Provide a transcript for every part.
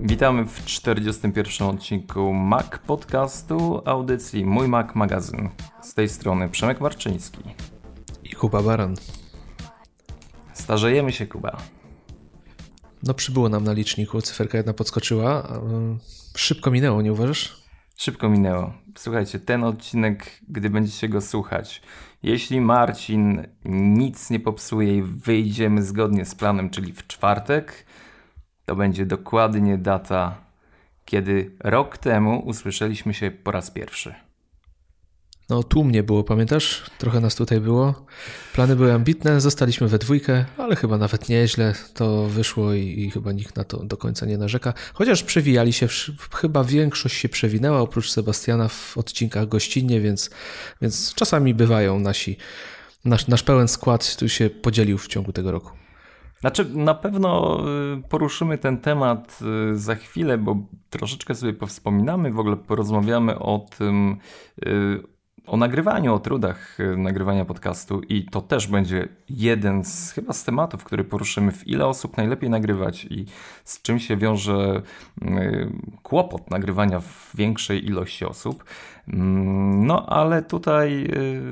Witamy w 41. odcinku Mac Podcastu, audycji Mój Mac Magazyn. Z tej strony Przemek Marczyński i Kuba Baran. Starzejemy się, Kuba. No przybyło nam na liczniku, cyferka jedna podskoczyła. Szybko minęło, nie uważasz? Szybko minęło. Słuchajcie, ten odcinek, gdy będziecie go słuchać, jeśli Marcin nic nie popsuje i wyjdziemy zgodnie z planem, czyli w czwartek, to będzie dokładnie data, kiedy rok temu usłyszeliśmy się po raz pierwszy. No tłumnie było, pamiętasz? Trochę nas tutaj było. Plany były ambitne, zostaliśmy we dwójkę, ale chyba nawet nieźle to wyszło i chyba nikt na to do końca nie narzeka. Chociaż przewijali się, chyba większość się przewinęła, oprócz Sebastiana w odcinkach gościnnie, więc czasami bywają nasz pełen skład tu się podzielił w ciągu tego roku. Znaczy, na pewno poruszymy ten temat za chwilę, bo troszeczkę sobie powspominamy, w ogóle porozmawiamy o tym, o nagrywaniu, o trudach nagrywania podcastu i to też będzie jeden chyba z tematów, który poruszymy, w ile osób najlepiej nagrywać i z czym się wiąże kłopot nagrywania w większej ilości osób. No ale tutaj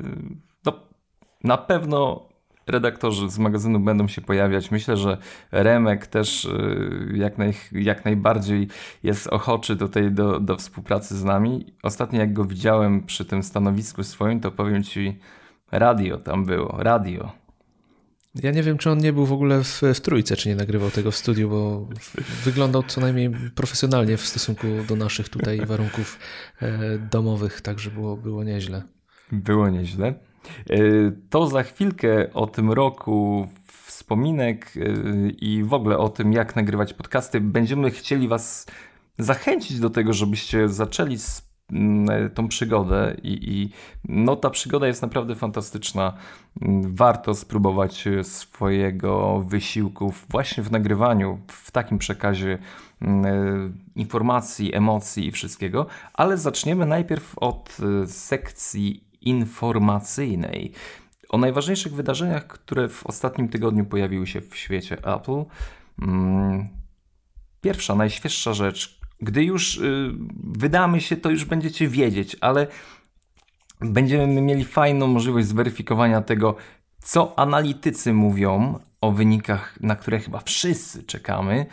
na pewno redaktorzy z magazynu będą się pojawiać. Myślę, że Remek też jak najbardziej jest ochoczy do współpracy z nami. Ostatnio jak go widziałem przy tym stanowisku swoim, to powiem ci, radio tam było, radio. Ja nie wiem, czy on nie był w ogóle w trójce, czy nie nagrywał tego w studiu, bo wyglądał co najmniej profesjonalnie w stosunku do naszych tutaj warunków domowych, także było nieźle. Było nieźle. To za chwilkę o tym roku wspominek i w ogóle o tym, jak nagrywać podcasty. Będziemy chcieli was zachęcić do tego, żebyście zaczęli tą przygodę i no ta przygoda jest naprawdę fantastyczna. Warto spróbować swojego wysiłku właśnie w nagrywaniu, w takim przekazie informacji, emocji i wszystkiego, ale zaczniemy najpierw od sekcji informacyjnej. O najważniejszych wydarzeniach, które w ostatnim tygodniu pojawiły się w świecie Apple. Pierwsza, najświeższa rzecz. Gdy już wydamy się, to już będziecie wiedzieć, ale będziemy mieli fajną możliwość zweryfikowania tego, co analitycy mówią o wynikach, na które chyba wszyscy czekamy,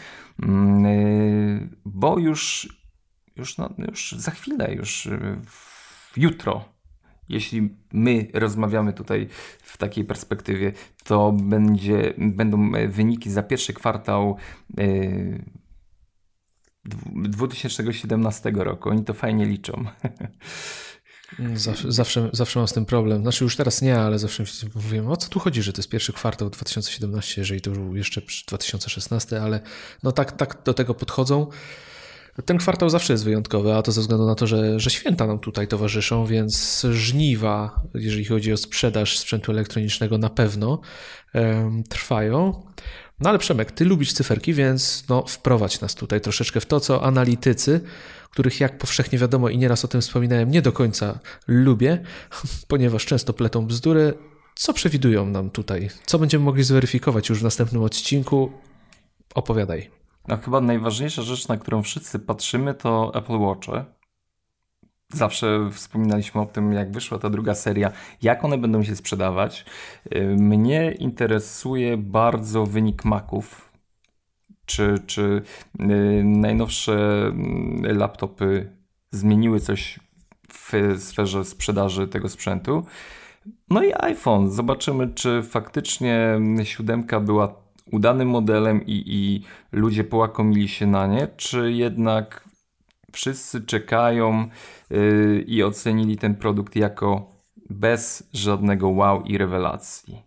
bo już za chwilę, jutro, jeśli my rozmawiamy tutaj w takiej perspektywie, to będą wyniki za pierwszy kwartał 2017 roku. Oni to fajnie liczą. Zawsze mam z tym problem. Znaczy już teraz nie, ale zawsze mówię, o co tu chodzi, że to jest pierwszy kwartał 2017, jeżeli to był jeszcze 2016, ale no tak do tego podchodzą. Ten kwartał zawsze jest wyjątkowy, a to ze względu na to, że święta nam tutaj towarzyszą, więc żniwa, jeżeli chodzi o sprzedaż sprzętu elektronicznego, na pewno trwają. No ale Przemek, ty lubisz cyferki, więc wprowadź nas tutaj troszeczkę w to, co analitycy, których jak powszechnie wiadomo i nieraz o tym wspominałem, nie do końca lubię, ponieważ często pletą bzdury. Co przewidują nam tutaj? Co będziemy mogli zweryfikować już w następnym odcinku? Opowiadaj. No chyba najważniejsza rzecz, na którą wszyscy patrzymy, to Apple Watche. Zawsze wspominaliśmy o tym, jak wyszła ta druga seria, jak one będą się sprzedawać. Mnie interesuje bardzo wynik Maców. Czy najnowsze laptopy zmieniły coś w sferze sprzedaży tego sprzętu. No i iPhone. Zobaczymy, czy faktycznie 7 była udanym modelem i ludzie połakomili się na nie, czy jednak wszyscy czekają i ocenili ten produkt jako bez żadnego wow i rewelacji.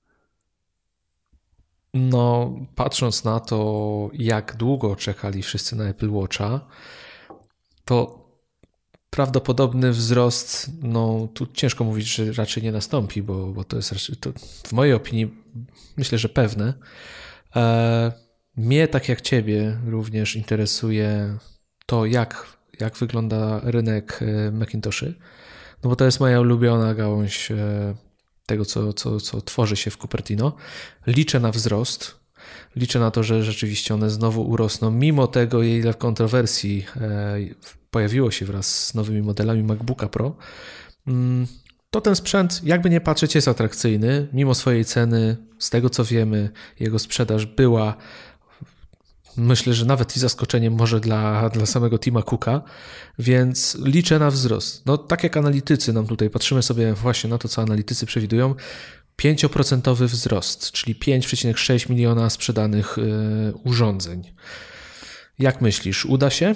No, patrząc na to, jak długo czekali wszyscy na Apple Watcha, to prawdopodobny wzrost, tu ciężko mówić, że raczej nie nastąpi, bo to jest raczej, to w mojej opinii myślę, że pewne. Mnie, tak jak ciebie, również interesuje to, jak wygląda rynek Macintoshy, no bo to jest moja ulubiona gałąź tego, co tworzy się w Cupertino. Liczę na wzrost. Liczę na to, że rzeczywiście one znowu urosną, mimo tego, ile kontrowersji pojawiło się wraz z nowymi modelami MacBooka Pro. To ten sprzęt, jakby nie patrzeć, jest atrakcyjny, mimo swojej ceny. Z tego co wiemy, jego sprzedaż była, myślę, że nawet i zaskoczeniem może dla samego Tima Cooka, więc liczę na wzrost. No tak jak analitycy nam tutaj, patrzymy sobie właśnie na to, co analitycy przewidują, 5% wzrost, czyli 5,6 miliona sprzedanych urządzeń. Jak myślisz, uda się?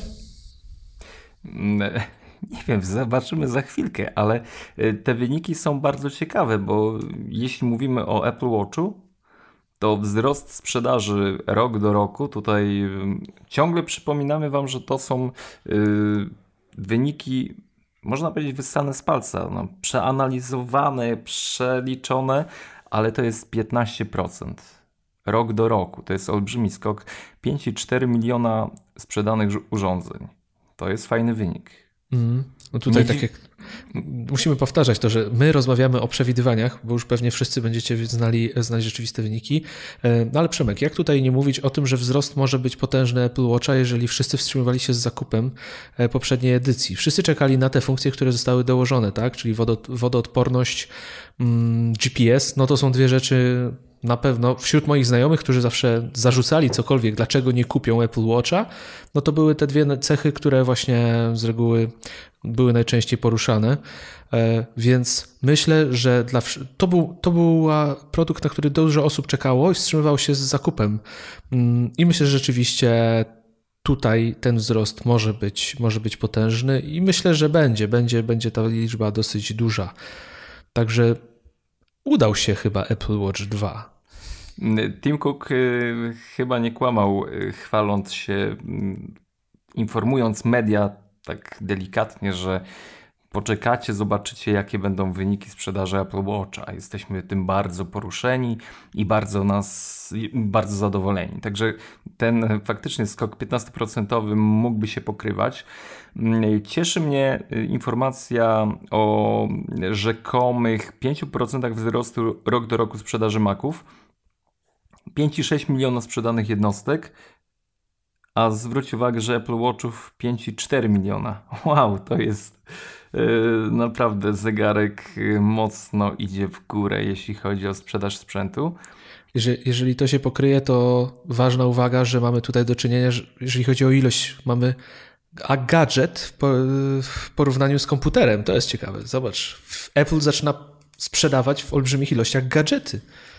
Nie wiem, zobaczymy za chwilkę, ale te wyniki są bardzo ciekawe, bo jeśli mówimy o Apple Watchu, to wzrost sprzedaży rok do roku, tutaj ciągle przypominamy Wam, że to są wyniki, można powiedzieć, wyssane z palca, no, przeanalizowane, przeliczone, ale to jest 15%. Rok do roku, to jest olbrzymi skok, 5,4 miliona sprzedanych urządzeń. To jest fajny wynik. No tutaj tak jak musimy powtarzać to, że my rozmawiamy o przewidywaniach, bo już pewnie wszyscy będziecie znali rzeczywiste wyniki. No ale Przemek, jak tutaj nie mówić o tym, że wzrost może być potężny Apple Watcha, jeżeli wszyscy wstrzymywali się z zakupem poprzedniej edycji. Wszyscy czekali na te funkcje, które zostały dołożone, tak? Czyli wodoodporność, GPS, no to są dwie rzeczy na pewno wśród moich znajomych, którzy zawsze zarzucali cokolwiek, dlaczego nie kupią Apple Watcha, no to były te dwie cechy, które właśnie z reguły były najczęściej poruszane, więc myślę, że to był produkt, na który dużo osób czekało i wstrzymywało się z zakupem i myślę, że rzeczywiście tutaj ten wzrost może być potężny i myślę, że będzie ta liczba dosyć duża. Także udał się chyba Apple Watch 2. Tim Cook chyba nie kłamał, chwaląc się, informując media tak delikatnie, że poczekacie, zobaczycie, jakie będą wyniki sprzedaży Apple Watcha. Jesteśmy tym bardzo poruszeni i bardzo zadowoleni. Także ten faktycznie skok 15% mógłby się pokrywać. Cieszy mnie informacja o rzekomych 5% wzrostu rok do roku sprzedaży Maców. 5,6 miliona sprzedanych jednostek, a zwróć uwagę, że Apple Watchów 5,4 miliona. Wow, to jest naprawdę zegarek mocno idzie w górę, jeśli chodzi o sprzedaż sprzętu. Jeżeli to się pokryje, to ważna uwaga, że mamy tutaj do czynienia, że jeżeli chodzi o ilość, mamy gadżet w porównaniu z komputerem. To jest ciekawe. Zobacz, Apple zaczyna sprzedawać w olbrzymich ilościach gadżety.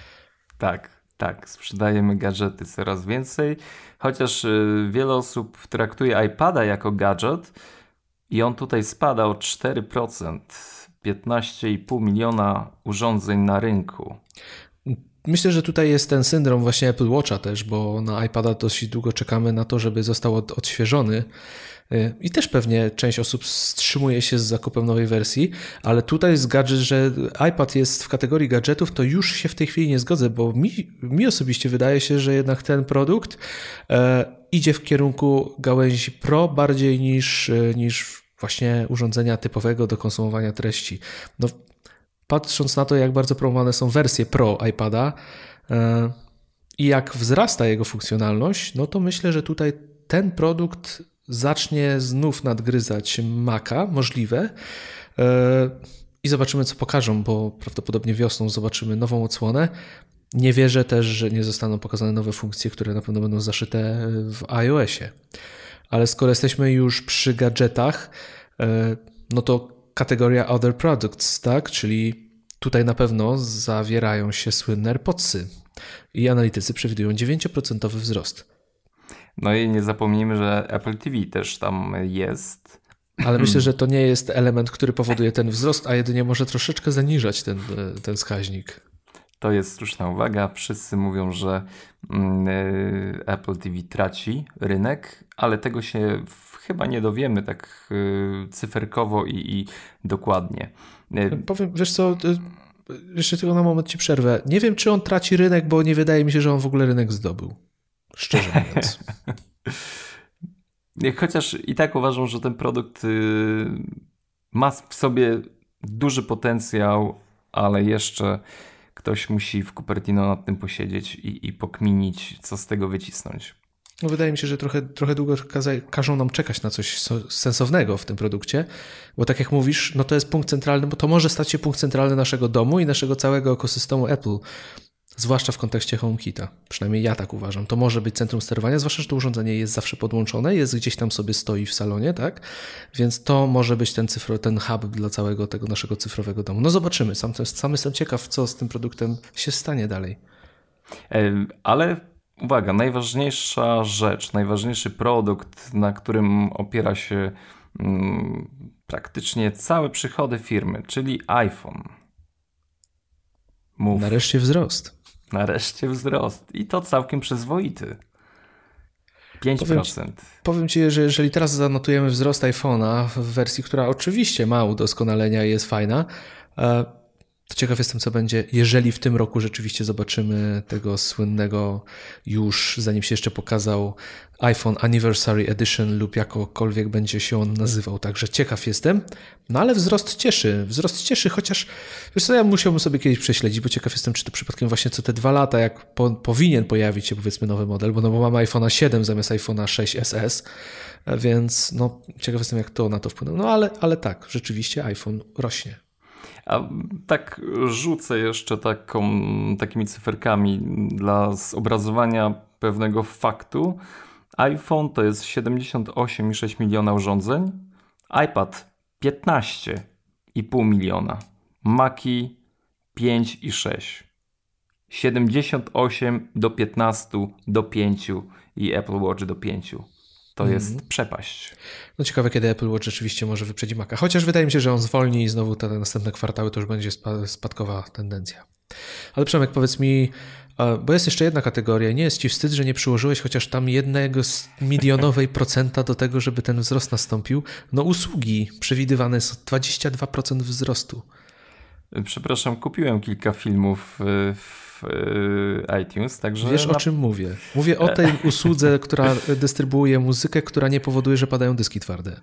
Tak, sprzedajemy gadżety coraz więcej, chociaż wiele osób traktuje iPada jako gadżet i on tutaj spada o 4%, 15,5 miliona urządzeń na rynku. Myślę, że tutaj jest ten syndrom właśnie Apple Watcha też, bo na iPada dosyć długo czekamy na to, żeby został odświeżony i też pewnie część osób wstrzymuje się z zakupem nowej wersji, ale tutaj jest gadżet, że iPad jest w kategorii gadżetów, to już się w tej chwili nie zgodzę, bo mi osobiście wydaje się, że jednak ten produkt idzie w kierunku gałęzi Pro bardziej niż właśnie urządzenia typowego do konsumowania treści. No, patrząc na to, jak bardzo promowane są wersje Pro iPada i jak wzrasta jego funkcjonalność, no to myślę, że tutaj ten produkt zacznie znów nadgryzać Maca, możliwe, i zobaczymy, co pokażą, bo prawdopodobnie wiosną zobaczymy nową odsłonę. Nie wierzę też, że nie zostaną pokazane nowe funkcje, które na pewno będą zaszyte w iOSie. Ale skoro jesteśmy już przy gadżetach, no to kategoria Other Products, tak? Czyli tutaj na pewno zawierają się słynne AirPodsy i analitycy przewidują 9% wzrost. No i nie zapomnijmy, że Apple TV też tam jest. Ale myślę, że to nie jest element, który powoduje ten wzrost, a jedynie może troszeczkę zaniżać ten wskaźnik. To jest słuszna uwaga. Wszyscy mówią, że Apple TV traci rynek, ale tego się chyba nie dowiemy tak cyferkowo i dokładnie. Powiem, wiesz co, jeszcze tylko na moment ci przerwę. Nie wiem, czy on traci rynek, bo nie wydaje mi się, że on w ogóle rynek zdobył. Szczerze mówiąc. Chociaż i tak uważam, że ten produkt ma w sobie duży potencjał, ale jeszcze ktoś musi w Cupertino nad tym posiedzieć i pokminić, co z tego wycisnąć. No wydaje mi się, że trochę długo każą nam czekać na coś sensownego w tym produkcie, bo tak jak mówisz, no to jest punkt centralny, bo to może stać się punkt centralny naszego domu i naszego całego ekosystemu Apple, zwłaszcza w kontekście HomeKita. Przynajmniej ja tak uważam. To może być centrum sterowania, zwłaszcza, że to urządzenie jest zawsze podłączone, jest gdzieś tam sobie stoi w salonie, tak? Więc to może być ten hub dla całego tego naszego cyfrowego domu. No zobaczymy. Sam jestem ciekaw, co z tym produktem się stanie dalej. Ale uwaga, najważniejsza rzecz, najważniejszy produkt, na którym opiera się praktycznie całe przychody firmy, czyli iPhone. Mów. Nareszcie wzrost. Nareszcie wzrost. I to całkiem przyzwoity. 5%. Powiem Ci, że jeżeli teraz zanotujemy wzrost iPhone'a w wersji, która oczywiście ma udoskonalenia i jest fajna, to ciekaw jestem, co będzie, jeżeli w tym roku rzeczywiście zobaczymy tego słynnego już, zanim się jeszcze pokazał, iPhone Anniversary Edition lub jakokolwiek będzie się on nazywał. Także ciekaw jestem. No ale wzrost cieszy, chociaż wiesz co, ja musiałbym sobie kiedyś prześledzić, bo ciekaw jestem, czy to przypadkiem właśnie co te 2 lata, jak powinien pojawić się powiedzmy nowy model, bo mamy iPhone'a 7 zamiast iPhone'a 6 SS, więc no ciekaw jestem, jak to na to wpłynęło. No ale tak, rzeczywiście iPhone rośnie. A tak rzucę jeszcze takimi cyferkami dla zobrazowania pewnego faktu. iPhone to jest 78,6 miliona urządzeń, iPad 15,5 miliona, Maci 5,6, 78 do 15 do 5 i Apple Watch do 5. To jest przepaść. No ciekawe, kiedy Apple Watch rzeczywiście może wyprzedzić Maca. Chociaż wydaje mi się, że on zwolni i znowu te następne kwartały to już będzie spadkowa tendencja. Ale Przemek, powiedz mi, bo jest jeszcze jedna kategoria. Nie jest Ci wstyd, że nie przyłożyłeś chociaż tam 0,01% do tego, żeby ten wzrost nastąpił? No usługi przewidywane są 22% wzrostu. Przepraszam, kupiłem kilka filmów w iTunes, także... Wiesz, o czym mówię? Mówię o tej usłudze, która dystrybuuje muzykę, która nie powoduje, że padają dyski twarde.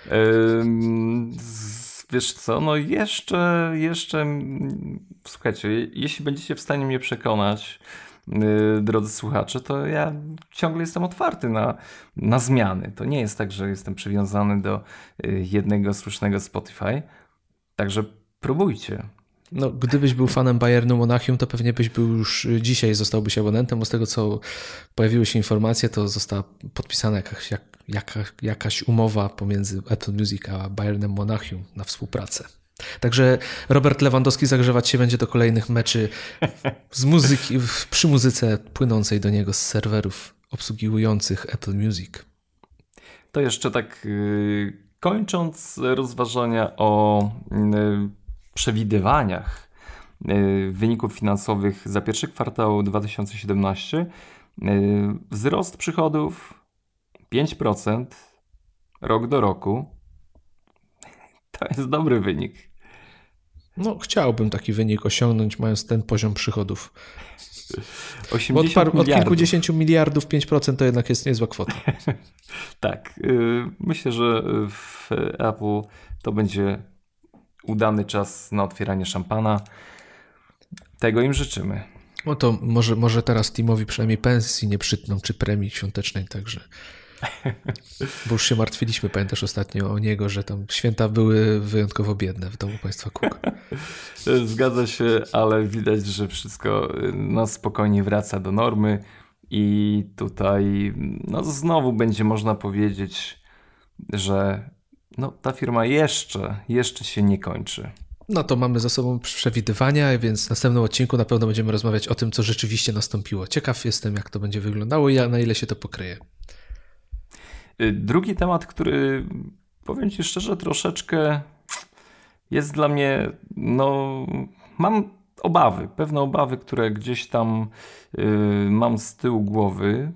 Wiesz co, no jeszcze słuchajcie, jeśli będziecie w stanie mnie przekonać, drodzy słuchacze, to ja ciągle jestem otwarty na zmiany. To nie jest tak, że jestem przywiązany do jednego słusznego Spotify, także próbujcie. No, gdybyś był fanem Bayernu Monachium, to pewnie byś był już dzisiaj, zostałbyś abonentem, bo z tego, co pojawiły się informacje, to została podpisana jakaś umowa pomiędzy Apple Music a Bayernem Monachium na współpracę. Także Robert Lewandowski zagrzewać się będzie do kolejnych meczy z muzyki, przy muzyce płynącej do niego z serwerów obsługujących Apple Music. To jeszcze tak kończąc rozważania o przewidywaniach wyników finansowych za pierwszy kwartał 2017, wzrost przychodów 5% rok do roku. To jest dobry wynik. No, chciałbym taki wynik osiągnąć, mając ten poziom przychodów. 80 od kilkudziesięciu miliardów 5% to jednak jest niezła kwota. Tak. Myślę, że w Apple to będzie udany czas na otwieranie szampana. Tego im życzymy. No to może teraz Timowi przynajmniej pensji nie przytną, czy premii świątecznej także. Bo już się martwiliśmy, pamiętasz ostatnio o niego, że tam święta były wyjątkowo biedne w domu państwa Cook. Zgadza się, ale widać, że wszystko spokojnie wraca do normy i tutaj znowu będzie można powiedzieć, że ta firma jeszcze się nie kończy. No to mamy za sobą przewidywania, więc w następnym odcinku na pewno będziemy rozmawiać o tym, co rzeczywiście nastąpiło. Ciekaw jestem, jak to będzie wyglądało i na ile się to pokryje. Drugi temat, który powiem Ci szczerze, troszeczkę jest dla mnie, mam pewne obawy, które gdzieś tam mam z tyłu głowy.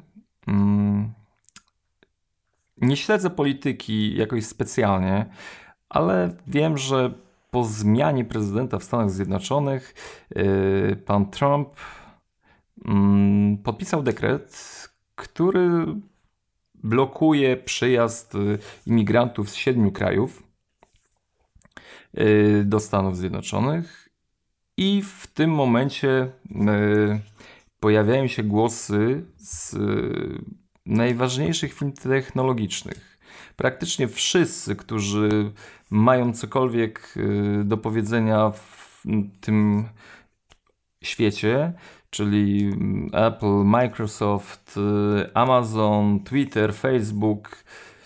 Nie śledzę polityki jakoś specjalnie, ale wiem, że po zmianie prezydenta w Stanach Zjednoczonych pan Trump podpisał dekret, który blokuje przyjazd imigrantów z 7 krajów do Stanów Zjednoczonych I w tym momencie pojawiają się głosy z najważniejszych firm technologicznych. Praktycznie wszyscy, którzy mają cokolwiek do powiedzenia w tym świecie, czyli Apple, Microsoft, Amazon, Twitter, Facebook,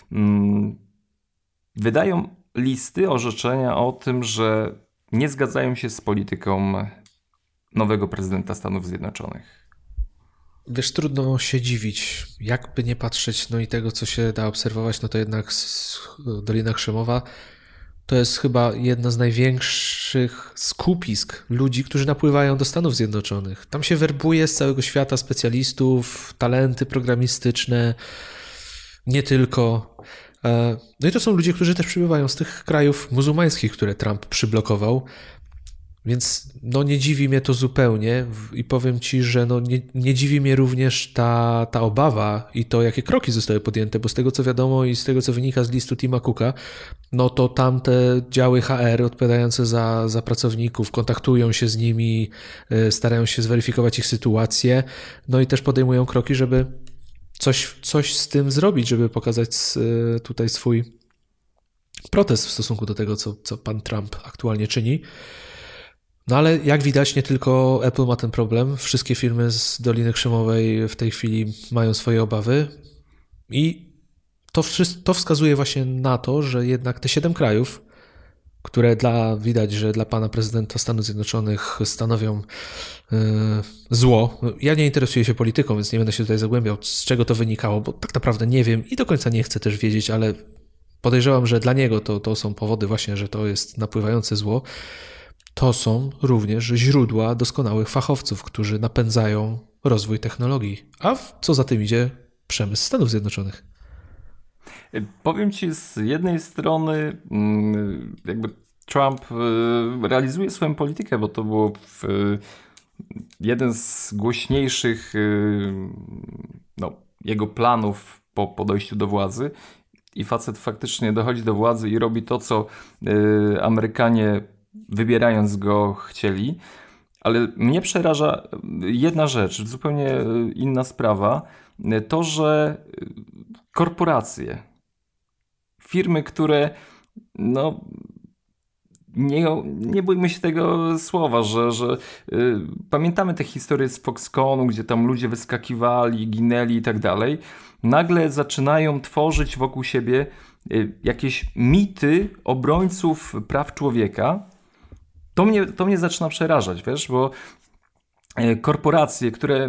wydają listy, orzeczenia o tym, że nie zgadzają się z polityką nowego prezydenta Stanów Zjednoczonych. Wiesz, trudno się dziwić. Jakby nie patrzeć, no i tego, co się da obserwować, no to jednak Dolina Krzemowa to jest chyba jedna z największych skupisk ludzi, którzy napływają do Stanów Zjednoczonych. Tam się werbuje z całego świata specjalistów, talenty programistyczne, nie tylko. No i to są ludzie, którzy też przybywają z tych krajów muzułmańskich, które Trump przyblokował. Więc no nie dziwi mnie to zupełnie i powiem ci, że no nie dziwi mnie również ta obawa i to, jakie kroki zostały podjęte, bo z tego, co wiadomo i z tego, co wynika z listu Tima Cooka, no to tamte działy HR odpowiadające za pracowników kontaktują się z nimi, starają się zweryfikować ich sytuację, no i też podejmują kroki, żeby coś z tym zrobić, żeby pokazać tutaj swój protest w stosunku do tego, co pan Trump aktualnie czyni. No ale jak widać, nie tylko Apple ma ten problem. Wszystkie firmy z Doliny Krzemowej w tej chwili mają swoje obawy i to wskazuje właśnie na to, że jednak te 7 krajów, które widać, że dla pana prezydenta Stanów Zjednoczonych stanowią zło. Ja nie interesuję się polityką, więc nie będę się tutaj zagłębiał, z czego to wynikało, bo tak naprawdę nie wiem i do końca nie chcę też wiedzieć, ale podejrzewam, że dla niego to są powody właśnie, że to jest napływające zło. To są również źródła doskonałych fachowców, którzy napędzają rozwój technologii. A co za tym idzie? Przemysł Stanów Zjednoczonych. Powiem ci, z jednej strony jakby Trump realizuje swoją politykę, bo to było jeden z głośniejszych jego planów po dojściu do władzy. I facet faktycznie dochodzi do władzy i robi to, co Amerykanie wybierając go chcieli. Ale mnie przeraża jedna rzecz, zupełnie inna sprawa. To, że korporacje, firmy, które nie bójmy się tego słowa, że pamiętamy te historie z Foxconnu, gdzie tam ludzie wyskakiwali, ginęli i tak dalej. Nagle zaczynają tworzyć wokół siebie jakieś mity obrońców praw człowieka. To mnie zaczyna przerażać, wiesz, bo korporacje, które...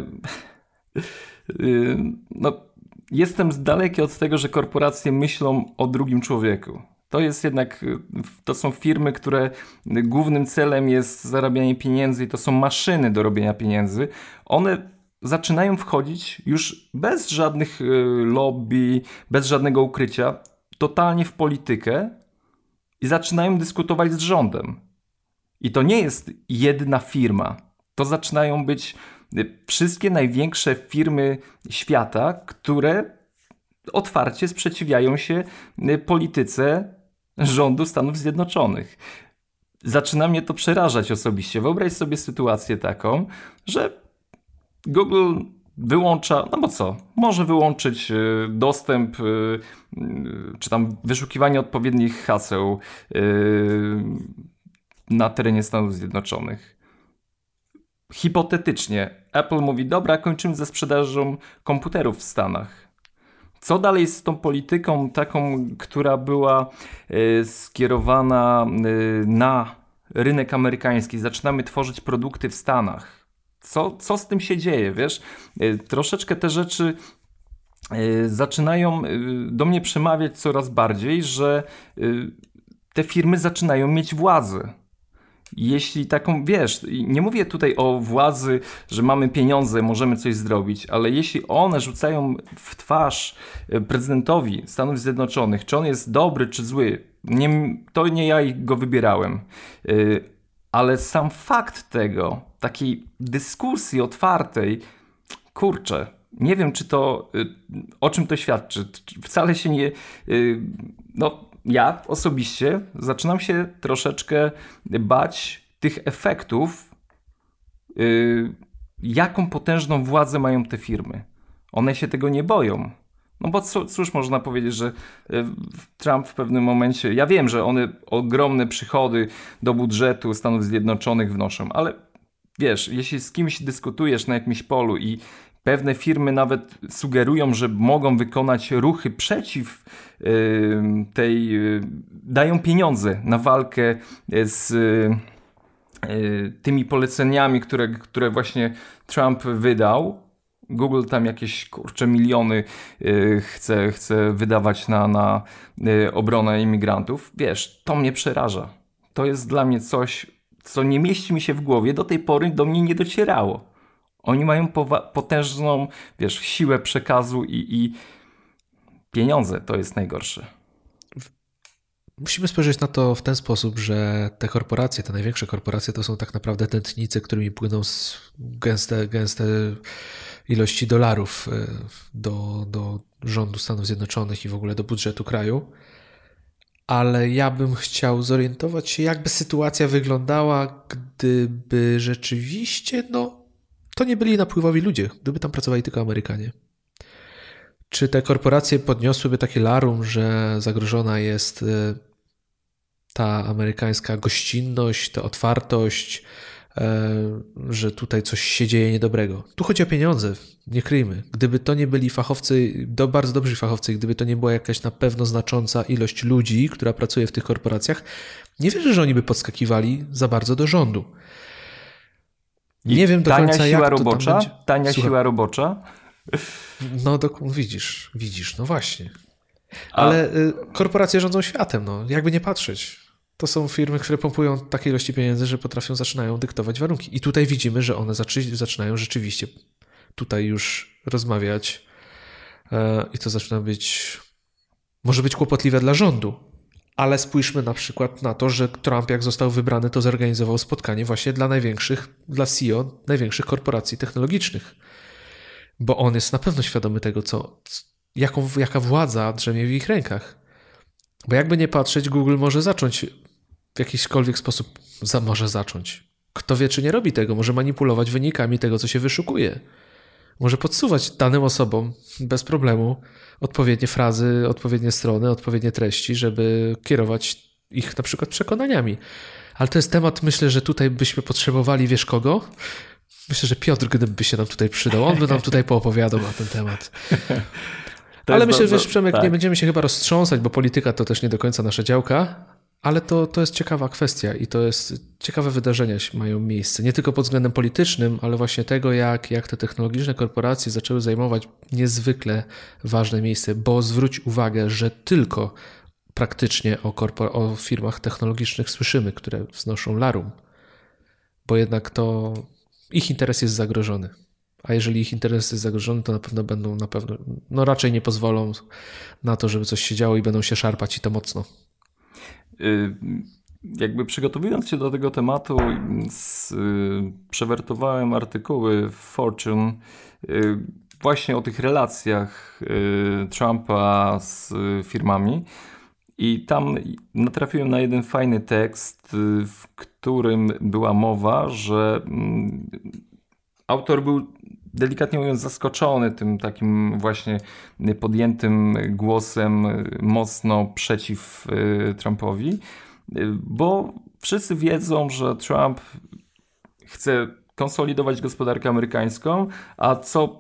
jestem daleki od tego, że korporacje myślą o drugim człowieku. To są firmy, które głównym celem jest zarabianie pieniędzy i to są maszyny do robienia pieniędzy. One zaczynają wchodzić już bez żadnych lobby, bez żadnego ukrycia, totalnie w politykę i zaczynają dyskutować z rządem. I to nie jest jedna firma. To zaczynają być wszystkie największe firmy świata, które otwarcie sprzeciwiają się polityce rządu Stanów Zjednoczonych. Zaczyna mnie to przerażać osobiście. Wyobraź sobie sytuację taką, że Google wyłącza, no bo co, może wyłączyć dostęp czy tam wyszukiwanie odpowiednich haseł na terenie Stanów Zjednoczonych. Hipotetycznie Apple mówi, dobra, kończymy ze sprzedażą komputerów w Stanach. Co dalej z tą polityką taką, która była skierowana na rynek amerykański? Zaczynamy tworzyć produkty w Stanach. Co z tym się dzieje, wiesz? Troszeczkę te rzeczy zaczynają do mnie przemawiać coraz bardziej, że te firmy zaczynają mieć władzę. Jeśli taką, wiesz, nie mówię tutaj o władzy, że mamy pieniądze, możemy coś zrobić, ale jeśli one rzucają w twarz prezydentowi Stanów Zjednoczonych, czy on jest dobry, czy zły, to nie ja go wybierałem, ale sam fakt tego, takiej dyskusji otwartej, kurczę, nie wiem, o czym to świadczy. Wcale się nie... Ja osobiście zaczynam się troszeczkę bać tych efektów jaką potężną władzę mają te firmy. One się tego nie boją. No bo cóż można powiedzieć, że Trump w pewnym momencie, ja wiem, że one ogromne przychody do budżetu Stanów Zjednoczonych wnoszą, ale wiesz, jeśli z kimś dyskutujesz na jakimś polu i pewne firmy nawet sugerują, że mogą wykonać ruchy przeciw dają pieniądze na walkę z tymi poleceniami, które właśnie Trump wydał. Google tam jakieś miliony chce wydawać na obronę imigrantów. Wiesz, to mnie przeraża. To jest dla mnie coś, co nie mieści mi się w głowie. Do tej pory do mnie nie docierało. Oni mają potężną, wiesz, siłę przekazu i pieniądze. To jest najgorsze. Musimy spojrzeć na to w ten sposób, że te korporacje, te największe korporacje to są tak naprawdę tętnice, którymi płyną gęste ilości dolarów do rządu Stanów Zjednoczonych i w ogóle do budżetu kraju. Ale ja bym chciał zorientować się, jakby sytuacja wyglądała, gdyby rzeczywiście, to nie byli napływowi ludzie, gdyby tam pracowali tylko Amerykanie. Czy te korporacje podniosłyby takie larum, że zagrożona jest ta amerykańska gościnność, ta otwartość, że tutaj coś się dzieje niedobrego? Tu chodzi o pieniądze, nie kryjmy. Gdyby to nie byli fachowcy, bardzo dobrzy fachowcy, gdyby to nie była jakaś na pewno znacząca ilość ludzi, która pracuje w tych korporacjach, nie wierzę, że oni by podskakiwali za bardzo do rządu. Nie wiem do końca, jak to tam będzie. Tania siła robocza. No widzisz, no właśnie. Ale korporacje rządzą światem, jakby nie patrzeć. To są firmy, które pompują takie ilości pieniędzy, że zaczynają dyktować warunki. I tutaj widzimy, że one zaczynają rzeczywiście tutaj już rozmawiać i to zaczyna może być kłopotliwe dla rządu. Ale spójrzmy na przykład na to, że Trump, jak został wybrany, to zorganizował spotkanie właśnie dla CEO największych korporacji technologicznych. Bo on jest na pewno świadomy tego, jaka władza drzemie w ich rękach. Bo jakby nie patrzeć, Google może zacząć w jakikolwiek sposób, Kto wie, czy nie robi tego, może manipulować wynikami tego, co się wyszukuje. Może podsuwać danym osobom bez problemu odpowiednie frazy, odpowiednie strony, odpowiednie treści, żeby kierować ich na przykład przekonaniami. Ale to jest temat, myślę, że tutaj byśmy potrzebowali, wiesz kogo? Myślę, że Piotr gdyby się nam tutaj przydał. On by nam tutaj poopowiadał na ten temat. Ale myślę, że Przemek, nie będziemy się chyba roztrząsać, bo polityka to też nie do końca nasza działka, ale to jest ciekawa kwestia i to jest ciekawe wydarzenia mają miejsce. Nie tylko pod względem politycznym, ale właśnie tego, jak te technologiczne korporacje zaczęły zajmować niezwykle ważne miejsce, bo zwróć uwagę, że tylko praktycznie o firmach technologicznych słyszymy, które wznoszą larum, bo jednak to ich interes jest zagrożony. A jeżeli ich interes jest zagrożony, to na pewno raczej nie pozwolą na to, żeby coś się działo i będą się szarpać i to mocno. Jakby przygotowując się do tego tematu, przewertowałem artykuły w Fortune właśnie o tych relacjach Trumpa z firmami i tam natrafiłem na jeden fajny tekst, w którym była mowa, że autor był delikatnie mówiąc zaskoczony tym takim właśnie podjętym głosem mocno przeciw Trumpowi, bo wszyscy wiedzą, że Trump chce konsolidować gospodarkę amerykańską, a co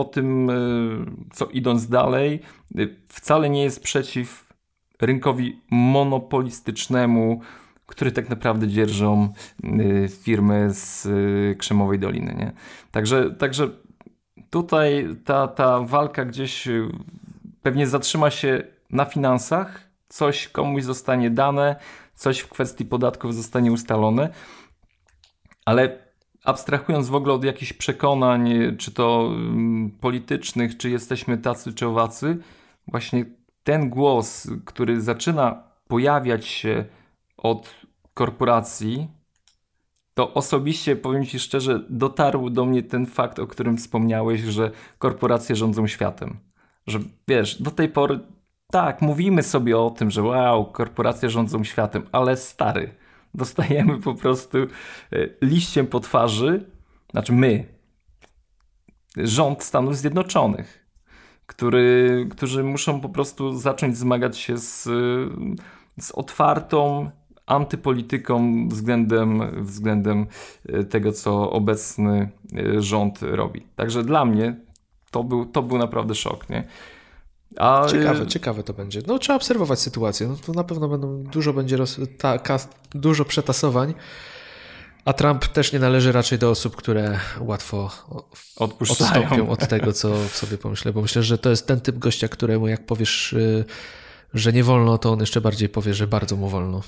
idąc dalej, wcale nie jest przeciw rynkowi monopolistycznemu, który tak naprawdę dzierżą firmy z Krzemowej Doliny. Nie? Także tutaj ta walka gdzieś pewnie zatrzyma się na finansach, coś komuś zostanie dane, coś w kwestii podatków zostanie ustalone, ale abstrahując w ogóle od jakichś przekonań, czy to politycznych, czy jesteśmy tacy, czy owacy, właśnie ten głos, który zaczyna pojawiać się od korporacji, to osobiście, powiem Ci szczerze, dotarł do mnie ten fakt, o którym wspomniałeś, że korporacje rządzą światem. Że wiesz, do tej pory tak, mówimy sobie o tym, że wow, korporacje rządzą światem, ale stary, dostajemy po prostu liściem po twarzy, znaczy my, rząd Stanów Zjednoczonych, którzy muszą po prostu zacząć zmagać się z otwartą antypolityką względem tego, co obecny rząd robi. Także dla mnie to był naprawdę szok, nie? Ciekawe to będzie. No trzeba obserwować sytuację. No, to na pewno będzie dużo przetasowań, a Trump też nie należy raczej do osób, które łatwo odstąpią od tego, co sobie pomyślę, bo myślę, że to jest ten typ gościa, któremu jak powiesz, że nie wolno, to on jeszcze bardziej powie, że bardzo mu wolno.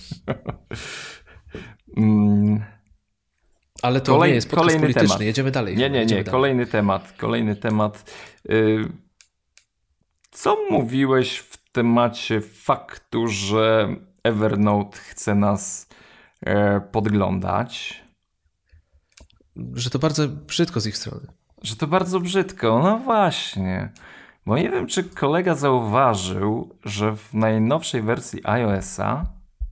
Ale to nie jest podcast polityczny. Temat. Jedziemy dalej. Nie. Kolejny temat. Co mówiłeś w temacie faktu, że Evernote chce nas podglądać? Że to bardzo brzydko z ich strony. Że to bardzo brzydko, no właśnie. Bo nie wiem, czy kolega zauważył, że w najnowszej wersji iOS-a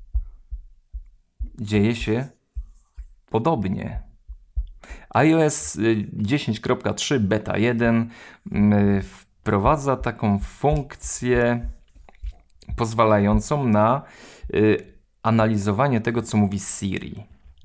dzieje się podobnie. iOS 10.3 beta 1 wprowadza taką funkcję pozwalającą na analizowanie tego, co mówi Siri.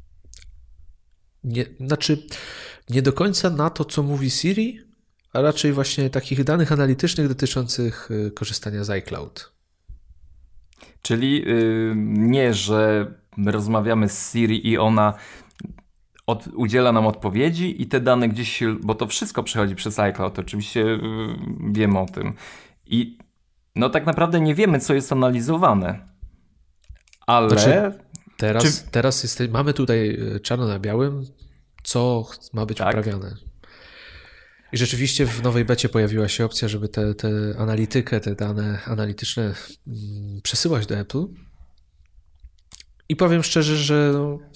Nie do końca na to, co mówi Siri, a raczej właśnie takich danych analitycznych dotyczących korzystania z iCloud. Czyli nie, że my rozmawiamy z Siri i ona udziela nam odpowiedzi i te dane gdzieś się, bo to wszystko przechodzi przez iCloud, oczywiście wiemy o tym. I no tak naprawdę nie wiemy, co jest analizowane. Ale... Teraz mamy tutaj czarno na białym, co ma być uprawiane. I rzeczywiście w nowej becie pojawiła się opcja, żeby tę analitykę, te dane analityczne przesyłać do Apple. I powiem szczerze, że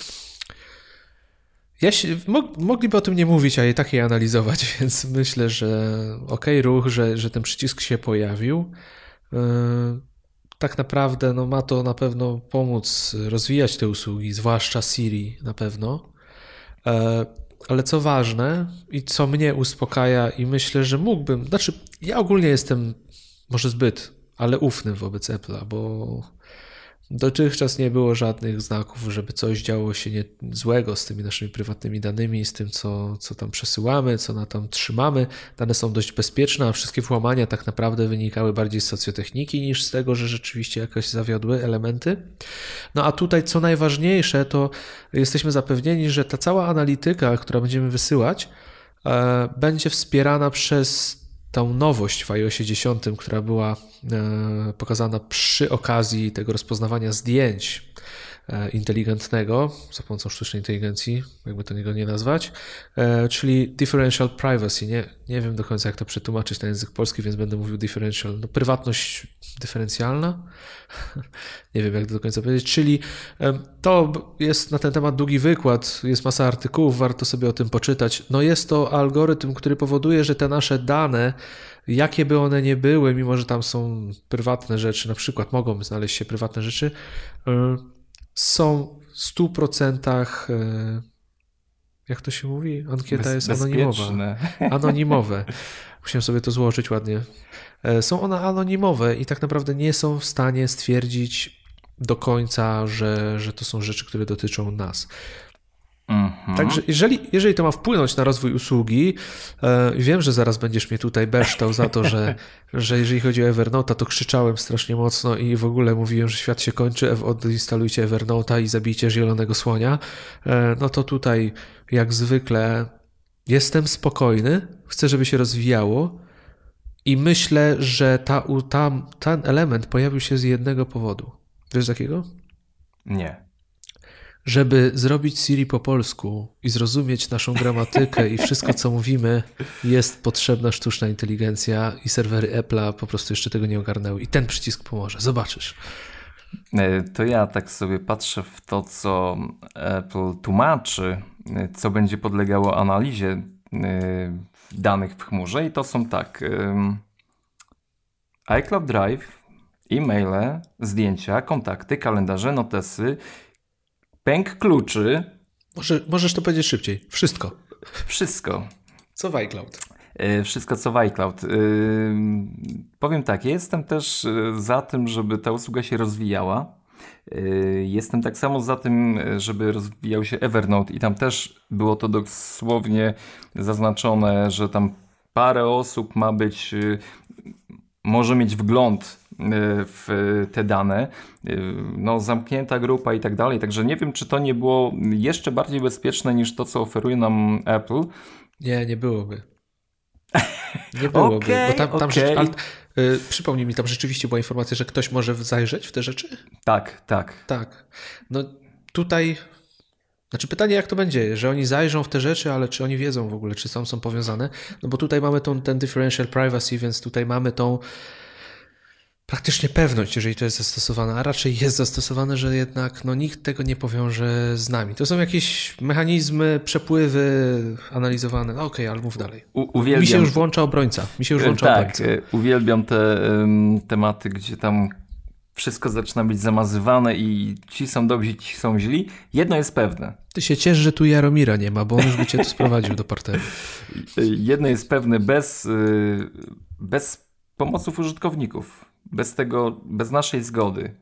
mogliby o tym nie mówić, a i tak je analizować, więc myślę, że ruch, że ten przycisk się pojawił. Tak naprawdę ma to na pewno pomóc rozwijać te usługi, zwłaszcza Siri na pewno. Ale co ważne i co mnie uspokaja i myślę, że mógłbym, ja ogólnie jestem może zbyt, ale ufny wobec Apple'a, bo dotychczas nie było żadnych znaków, żeby coś działo się złego z tymi naszymi prywatnymi danymi, z tym, co tam przesyłamy, co tam trzymamy. Dane są dość bezpieczne, a wszystkie włamania tak naprawdę wynikały bardziej z socjotechniki niż z tego, że rzeczywiście jakoś zawiodły elementy. No a tutaj co najważniejsze, to jesteśmy zapewnieni, że ta cała analityka, która będziemy wysyłać, będzie wspierana przez tą nowość w iOSie 10, która była pokazana przy okazji tego rozpoznawania zdjęć inteligentnego za pomocą sztucznej inteligencji, jakby to nie nazwać, czyli differential privacy. Nie wiem do końca, jak to przetłumaczyć na język polski, więc będę mówił differential. Prywatność dyferencjalna? Nie wiem, jak to do końca powiedzieć. Czyli to jest na ten temat długi wykład, jest masa artykułów, warto sobie o tym poczytać. Jest to algorytm, który powoduje, że te nasze dane, jakie by one nie były, mimo że tam są prywatne rzeczy, na przykład mogą znaleźć się prywatne rzeczy, są w 100%, jak to się mówi? Ankieta jest anonimowa. Anonimowe. Musiałem sobie to złożyć ładnie. Są one anonimowe i tak naprawdę nie są w stanie stwierdzić do końca, że to są rzeczy, które dotyczą nas. Także jeżeli to ma wpłynąć na rozwój usługi, wiem, że zaraz będziesz mnie tutaj beształ za to, że jeżeli chodzi o Evernote'a, to krzyczałem strasznie mocno i w ogóle mówiłem, że świat się kończy, odinstalujcie Evernote'a i zabijcie zielonego słonia. No to tutaj jak zwykle jestem spokojny, chcę, żeby się rozwijało i myślę, że ten element pojawił się z jednego powodu. Wiesz z jakiego? Nie. Żeby zrobić Siri po polsku i zrozumieć naszą gramatykę i wszystko, co mówimy, jest potrzebna sztuczna inteligencja i serwery Apple'a po prostu jeszcze tego nie ogarnęły. I ten przycisk pomoże. Zobaczysz. To ja tak sobie patrzę w to, co Apple tłumaczy, co będzie podlegało analizie danych w chmurze i to są iCloud Drive, e-maile, zdjęcia, kontakty, kalendarze, notesy, pęk kluczy. Możesz to powiedzieć szybciej. Wszystko. Wszystko. Co w iCloud? Wszystko co w iCloud. Powiem tak, jestem też za tym, żeby ta usługa się rozwijała. Jestem tak samo za tym, żeby rozwijał się Evernote i tam też było to dosłownie zaznaczone, że tam parę osób może mieć wgląd w te dane, no zamknięta grupa i tak dalej, także nie wiem, czy to nie było jeszcze bardziej bezpieczne niż to, co oferuje nam Apple. Nie byłoby. Nie byłoby, bo tam przypomnij mi, tam rzeczywiście była informacja, że ktoś może zajrzeć w te rzeczy? Tak. Tak. No tutaj, znaczy pytanie jak to będzie, że oni zajrzą w te rzeczy, ale czy oni wiedzą w ogóle, czy są powiązane? No bo tutaj mamy ten differential privacy, więc tutaj mamy tą praktycznie pewność, jeżeli to jest zastosowane, a raczej jest zastosowane, że jednak nikt tego nie powiąże z nami. To są jakieś mechanizmy, przepływy analizowane. Okej, ale mów dalej. Mi się już włącza obrońca. Tak, uwielbiam te tematy, gdzie tam wszystko zaczyna być zamazywane i ci są dobrzy, ci są źli. Jedno jest pewne. Ty się ciesz, że tu Jaromira nie ma, bo on już by cię tu sprowadził do parteru. Jedno jest pewne, bez pomoców użytkowników, bez naszej zgody.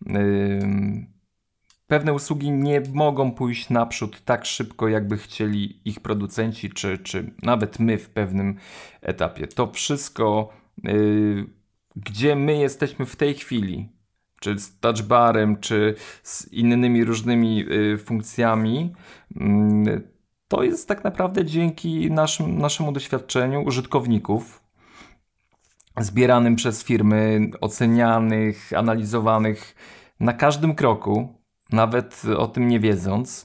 Pewne usługi nie mogą pójść naprzód tak szybko, jakby chcieli ich producenci, czy nawet my w pewnym etapie. To wszystko, gdzie my jesteśmy w tej chwili, czy z touchbarem, czy z innymi różnymi funkcjami, to jest tak naprawdę dzięki naszemu doświadczeniu użytkowników, zbieranym przez firmy, ocenianych, analizowanych na każdym kroku, nawet o tym nie wiedząc.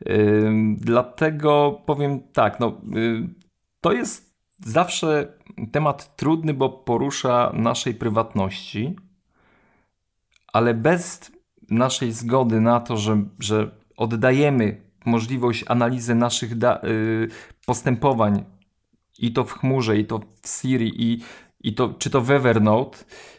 Dlatego powiem tak, to jest zawsze temat trudny, bo porusza naszej prywatności, ale bez naszej zgody na to, że oddajemy możliwość analizy naszych postępowań i to w chmurze, i to w Siri, czy to w Evernote,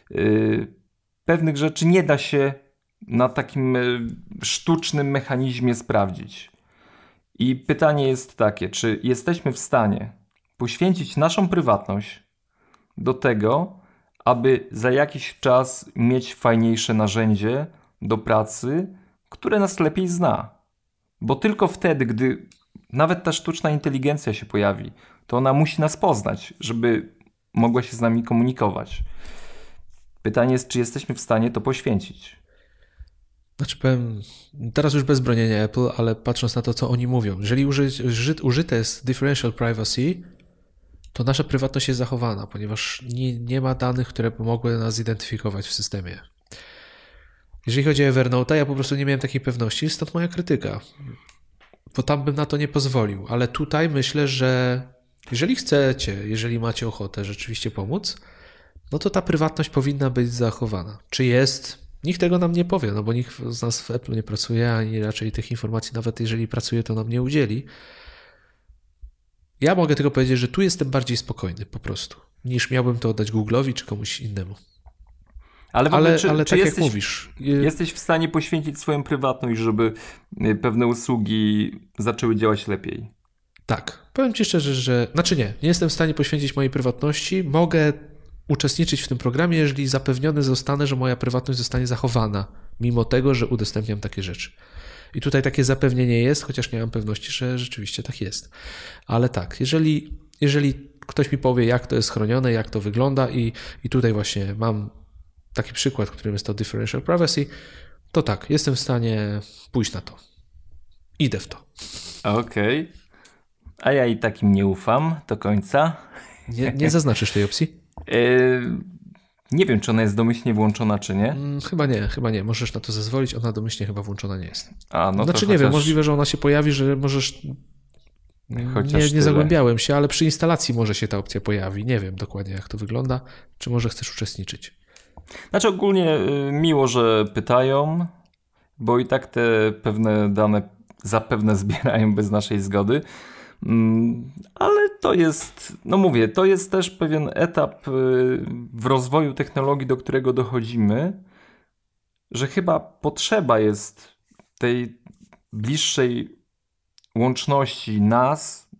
pewnych rzeczy nie da się na takim sztucznym mechanizmie sprawdzić. I pytanie jest takie, czy jesteśmy w stanie poświęcić naszą prywatność do tego, aby za jakiś czas mieć fajniejsze narzędzie do pracy, które nas lepiej zna. Bo tylko wtedy, gdy nawet ta sztuczna inteligencja się pojawi, to ona musi nas poznać, żeby mogła się z nami komunikować. Pytanie jest, czy jesteśmy w stanie to poświęcić. Znaczy powiem, teraz już bez bronienia Apple, ale patrząc na to, co oni mówią, jeżeli użyte jest differential privacy, to nasza prywatność jest zachowana, ponieważ nie ma danych, które mogły nas zidentyfikować w systemie. Jeżeli chodzi o Evernote, ja po prostu nie miałem takiej pewności, stąd moja krytyka, bo tam bym na to nie pozwolił, ale tutaj myślę, że jeżeli macie ochotę rzeczywiście pomóc, no to ta prywatność powinna być zachowana. Czy jest? Nikt tego nam nie powie, bo nikt z nas w Apple nie pracuje, ani raczej tych informacji, nawet jeżeli pracuje, to nam nie udzieli. Ja mogę tylko powiedzieć, że tu jestem bardziej spokojny po prostu, niż miałbym to oddać Google'owi czy komuś innemu. Ale tak jak mówisz. Jesteś w stanie poświęcić swoją prywatność, żeby pewne usługi zaczęły działać lepiej? Tak. Powiem Ci szczerze, że... nie jestem w stanie poświęcić mojej prywatności. Mogę uczestniczyć w tym programie, jeżeli zapewniony zostanę, że moja prywatność zostanie zachowana, mimo tego, że udostępniam takie rzeczy. I tutaj takie zapewnienie jest, chociaż nie mam pewności, że rzeczywiście tak jest. Ale tak, jeżeli ktoś mi powie, jak to jest chronione, jak to wygląda i tutaj właśnie mam taki przykład, którym jest to differential privacy, to tak, jestem w stanie pójść na to. Idę w to. Okej. A ja i takim nie ufam do końca. Nie zaznaczysz tej opcji? Nie wiem, czy ona jest domyślnie włączona, czy nie. Chyba nie. Możesz na to zezwolić, ona domyślnie chyba włączona nie jest. Nie wiem, możliwe, że ona się pojawi, że możesz... Nie zagłębiałem się, ale przy instalacji może się ta opcja pojawi. Nie wiem dokładnie, jak to wygląda. Czy może chcesz uczestniczyć? Ogólnie miło, że pytają, bo i tak te pewne dane zapewne zbierają bez naszej zgody. Ale to jest, to jest też pewien etap w rozwoju technologii, do którego dochodzimy, że chyba potrzeba jest tej bliższej łączności nas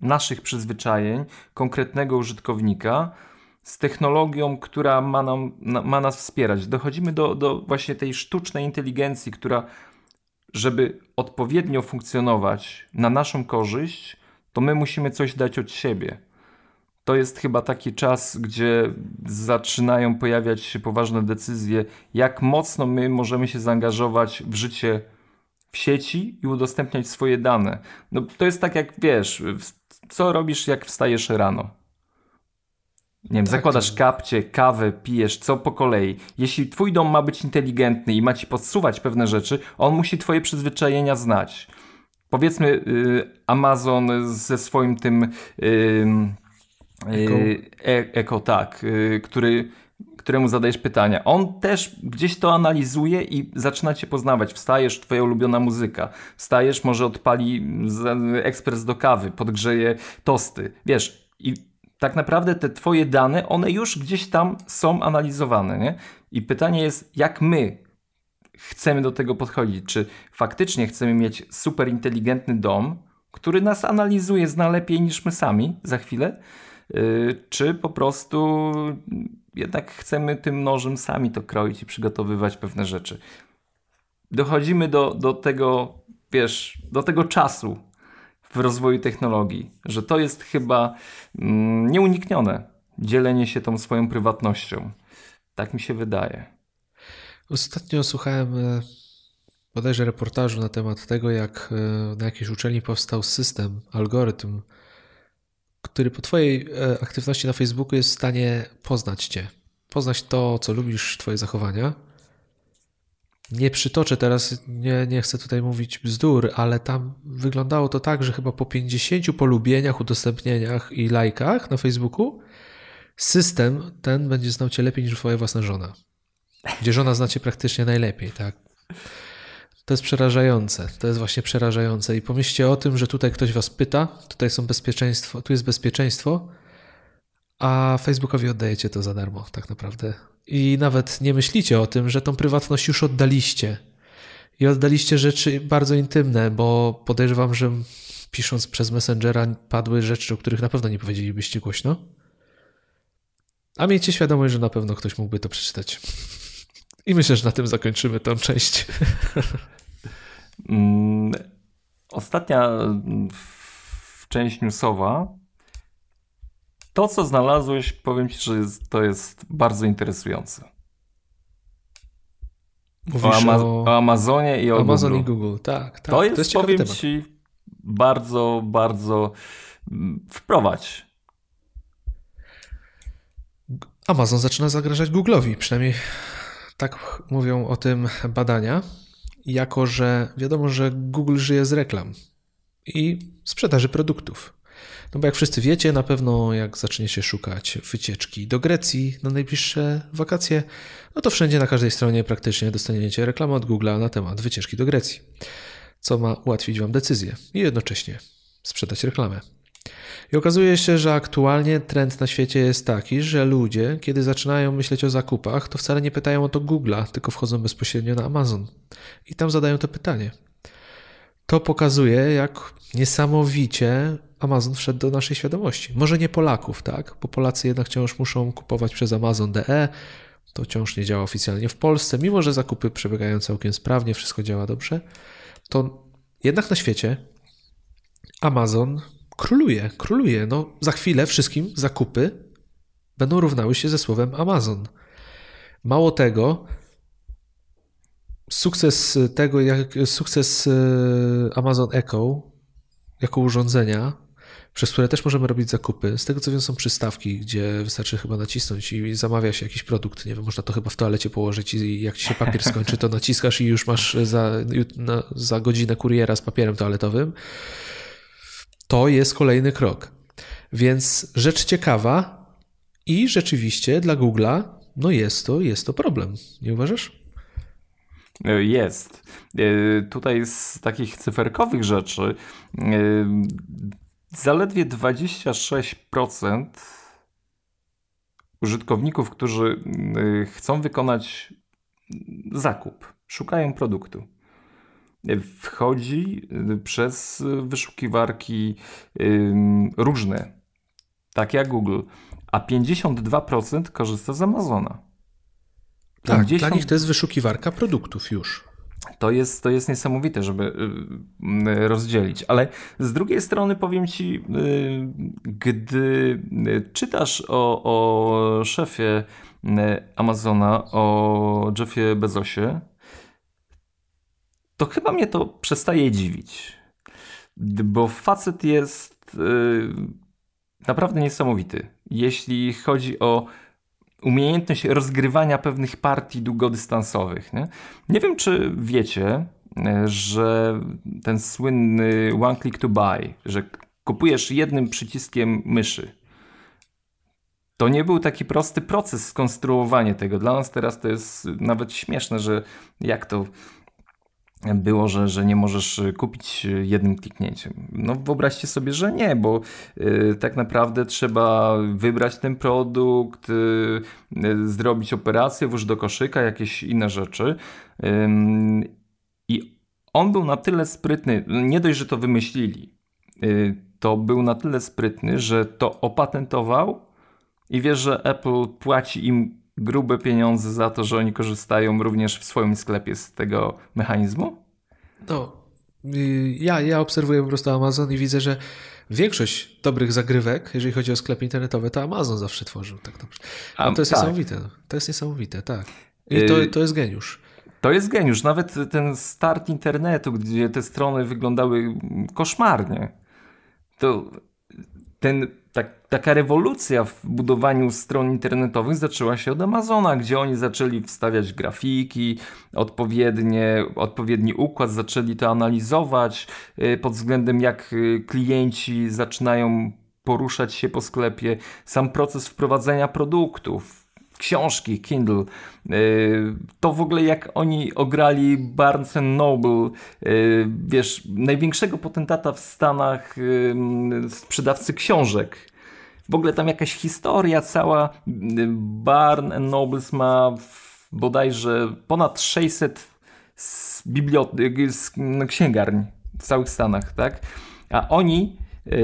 naszych przyzwyczajeń konkretnego użytkownika z technologią, która ma nas wspierać. Dochodzimy do właśnie tej sztucznej inteligencji, która, żeby odpowiednio funkcjonować na naszą korzyść, to my musimy coś dać od siebie. To jest chyba taki czas, gdzie zaczynają pojawiać się poważne decyzje, jak mocno my możemy się zaangażować w życie w sieci i udostępniać swoje dane. No, to jest tak jak, wiesz, co robisz, jak wstajesz rano? Nie wiem, zakładasz kapcie, kawę, pijesz, co po kolei. Jeśli twój dom ma być inteligentny i ma ci podsuwać pewne rzeczy, on musi twoje przyzwyczajenia znać. Powiedzmy Amazon ze swoim tym Echo, tak, któremu zadajesz pytania. On też gdzieś to analizuje i zaczyna cię poznawać. Wstajesz, twoja ulubiona muzyka. Wstajesz, może odpali ekspres do kawy, podgrzeje tosty. Wiesz, i tak naprawdę te twoje dane, one już gdzieś tam są analizowane, nie? I pytanie jest, jak my chcemy do tego podchodzić? Czy faktycznie chcemy mieć super inteligentny dom, który nas analizuje, zna lepiej niż my sami za chwilę? Czy po prostu jednak chcemy tym nożem sami to kroić i przygotowywać pewne rzeczy? Dochodzimy do tego, wiesz, do tego czasu w rozwoju technologii, że to jest chyba nieuniknione. Dzielenie się tą swoją prywatnością. Tak mi się wydaje. Ostatnio słuchałem bodajże reportażu na temat tego, jak na jakiejś uczelni powstał system, algorytm, który po twojej aktywności na Facebooku jest w stanie poznać cię. Poznać to, co lubisz, twoje zachowania. Nie przytoczę teraz, nie chcę tutaj mówić bzdur, ale tam wyglądało to tak, że chyba po 50 polubieniach, udostępnieniach i lajkach na Facebooku system ten będzie znał cię lepiej niż twoja własna żona. Gdzie żona zna cię praktycznie najlepiej, tak? To jest przerażające. To jest właśnie przerażające. I pomyślcie o tym, że tutaj ktoś was pyta, tutaj są bezpieczeństwo, tu jest bezpieczeństwo, a Facebookowi oddajecie to za darmo tak naprawdę. I nawet nie myślicie o tym, że tą prywatność już oddaliście. I oddaliście rzeczy bardzo intymne, bo podejrzewam, że pisząc przez Messengera padły rzeczy, o których na pewno nie powiedzielibyście głośno. A miejcie świadomość, że na pewno ktoś mógłby to przeczytać. I myślę, że na tym zakończymy tę część. Ostatnia część newsowa. To, co znalazłeś, powiem ci, że to jest bardzo interesujące. Mówisz o Amazonie i o Amazon Google. i Google, tak. To jest powiem temat. ci, bardzo, bardzo wprowadź. Amazon zaczyna zagrażać Google'owi, przynajmniej tak mówią o tym badania, jako że wiadomo, że Google żyje z reklam i sprzedaży produktów. No bo jak wszyscy wiecie, na pewno jak zaczniecie szukać wycieczki do Grecji na najbliższe wakacje, no to wszędzie na każdej stronie praktycznie dostaniecie reklamę od Google'a na temat wycieczki do Grecji, co ma ułatwić wam decyzję i jednocześnie sprzedać reklamę. I okazuje się, że aktualnie trend na świecie jest taki, że ludzie, kiedy zaczynają myśleć o zakupach, to wcale nie pytają o to Google'a, tylko wchodzą bezpośrednio na Amazon i tam zadają to pytanie. To pokazuje, jak niesamowicie Amazon wszedł do naszej świadomości. Może nie Polaków, tak? Bo Polacy jednak wciąż muszą kupować przez Amazon.de. To wciąż nie działa oficjalnie w Polsce. Mimo że zakupy przebiegają całkiem sprawnie, wszystko działa dobrze, to jednak na świecie Amazon króluje. No, za chwilę wszystkim zakupy będą równały się ze słowem Amazon. Mało tego, sukces Amazon Echo jako urządzenia, przez które też możemy robić zakupy. Z tego co wiem, są przystawki, gdzie wystarczy chyba nacisnąć i zamawia się jakiś produkt. Nie wiem, można to chyba w toalecie położyć i jak ci się papier skończy, to naciskasz i już masz za godzinę kuriera z papierem toaletowym. To jest kolejny krok. Więc rzecz ciekawa i rzeczywiście dla Google'a no jest to problem. Nie uważasz? Jest. Tutaj z takich cyferkowych rzeczy zaledwie 26% użytkowników, którzy chcą wykonać zakup, szukają produktu. wchodzi przez wyszukiwarki różne, tak jak Google, a 52% korzysta z Amazona. Tak, dla nich to jest wyszukiwarka produktów już. To jest niesamowite, żeby rozdzielić, ale z drugiej strony powiem ci, gdy czytasz o szefie Amazona, o Jeffie Bezosie, to chyba mnie to przestaje dziwić, bo facet jest naprawdę niesamowity, jeśli chodzi o umiejętność rozgrywania pewnych partii długodystansowych. Nie wiem, czy wiecie, że ten słynny one click to buy, że kupujesz jednym przyciskiem myszy, to nie był taki prosty proces skonstruowania tego. Dla nas teraz to jest nawet śmieszne, że jak to było, że nie możesz kupić jednym kliknięciem. No wyobraźcie sobie, że nie, bo tak naprawdę trzeba wybrać ten produkt, zrobić operację, włóż do koszyka, jakieś inne rzeczy. I on był na tyle sprytny, nie dość, że to wymyślili, to był na tyle sprytny, że to opatentował i wiesz, że Apple płaci im grube pieniądze za to, że oni korzystają również w swoim sklepie z tego mechanizmu? No, ja obserwuję po prostu Amazon i widzę, że większość dobrych zagrywek, jeżeli chodzi o sklepy internetowe, to Amazon zawsze tworzył. Tak dobrze. No to jest niesamowite. To jest niesamowite, tak. I to jest geniusz. To jest geniusz. Nawet ten start internetu, gdzie te strony wyglądały koszmarnie, to taka rewolucja w budowaniu stron internetowych zaczęła się od Amazona, gdzie oni zaczęli wstawiać grafiki, odpowiedni układ, zaczęli to analizować pod względem jak klienci zaczynają poruszać się po sklepie, sam proces wprowadzenia produktów, książki, Kindle, to w ogóle jak oni ograli Barnes & Noble, wiesz, największego potentata w Stanach sprzedawcy książek. W ogóle tam jakaś historia cała. Barnes & Noble ma bodajże ponad 600 księgarni w całych Stanach, tak? A oni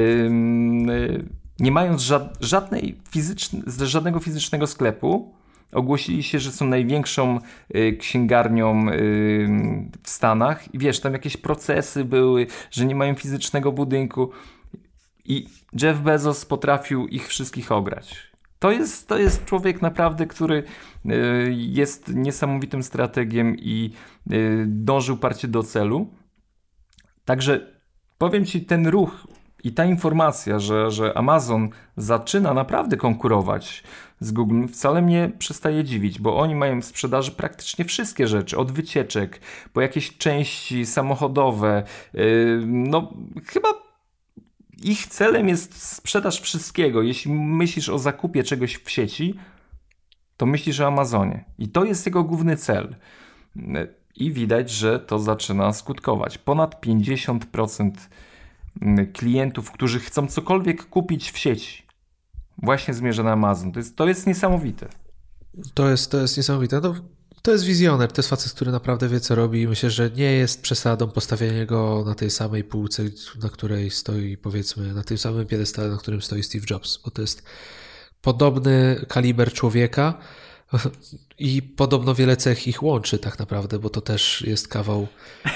nie mając żadnego fizycznego sklepu, ogłosili się, że są największą księgarnią w Stanach i wiesz, tam jakieś procesy były, że nie mają fizycznego budynku i Jeff Bezos potrafił ich wszystkich ograć. To jest człowiek naprawdę, który jest niesamowitym strategiem i dąży uparcie do celu. Także powiem ci, ten ruch i ta informacja, że Amazon zaczyna naprawdę konkurować z Google, wcale mnie przestaje dziwić, bo oni mają w sprzedaży praktycznie wszystkie rzeczy, od wycieczek po jakieś części samochodowe. No chyba ich celem jest sprzedaż wszystkiego. Jeśli myślisz o zakupie czegoś w sieci, to myślisz o Amazonie. I to jest jego główny cel. I widać, że to zaczyna skutkować. Ponad 50% klientów, którzy chcą cokolwiek kupić w sieci, właśnie zmierza na Amazon. To jest niesamowite. To jest niesamowite. No, to jest wizjoner, to jest facet, który naprawdę wie, co robi i myślę, że nie jest przesadą postawienie go na tej samej półce, na której stoi, powiedzmy, na tym samym piedestale, na którym stoi Steve Jobs, bo to jest podobny kaliber człowieka i podobno wiele cech ich łączy tak naprawdę, bo to też jest kawał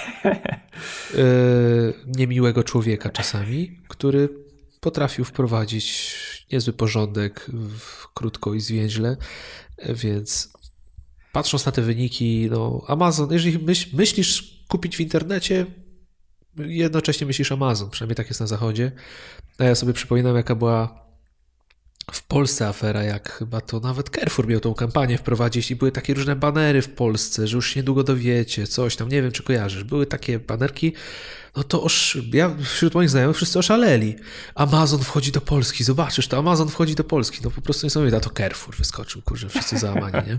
niemiłego człowieka czasami, który potrafił wprowadzić niezły porządek krótko i zwięźle, więc patrząc na te wyniki, no Amazon, jeżeli myślisz kupić w internecie, jednocześnie myślisz Amazon, przynajmniej tak jest na zachodzie. A ja sobie przypominam, jaka była w Polsce afera, jak chyba to nawet Carrefour miał tą kampanię wprowadzić i były takie różne banery w Polsce, że już niedługo dowiecie, coś tam, nie wiem czy kojarzysz, były takie banerki, no to wśród moich znajomych wszyscy oszaleli. Amazon wchodzi do Polski, zobaczysz to, Amazon wchodzi do Polski, no po prostu niesamowite, a to Carrefour wyskoczył, kurczę, wszyscy załamani, nie?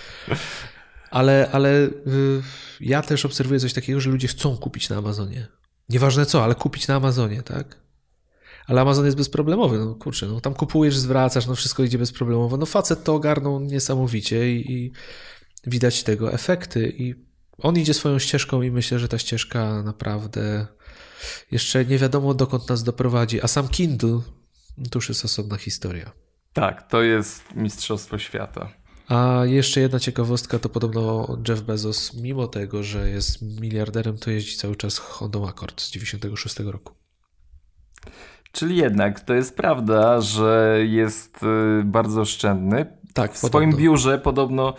Ale ja też obserwuję coś takiego, że ludzie chcą kupić na Amazonie. Nieważne co, ale kupić na Amazonie, tak? Ale Amazon jest bezproblemowy, no kurczę, no tam kupujesz, zwracasz, no wszystko idzie bezproblemowo. No facet to ogarnął niesamowicie i widać tego efekty i On idzie swoją ścieżką i myślę, że ta ścieżka naprawdę jeszcze nie wiadomo dokąd nas doprowadzi, a sam Kindle to już jest osobna historia. Tak, to jest mistrzostwo świata. A jeszcze jedna ciekawostka, to podobno Jeff Bezos, mimo tego, że jest miliarderem, to jeździ cały czas Hondą Accord z 96 roku. Czyli jednak to jest prawda, że jest bardzo oszczędny. Tak, w swoim biurze podobno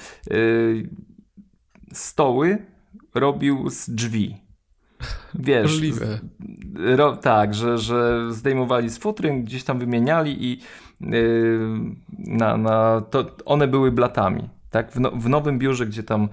stoły robił z drzwi. Wiesz, możliwe. Tak, że zdejmowali z futryn, gdzieś tam wymieniali i to one były blatami. Tak? W nowym biurze, gdzie tam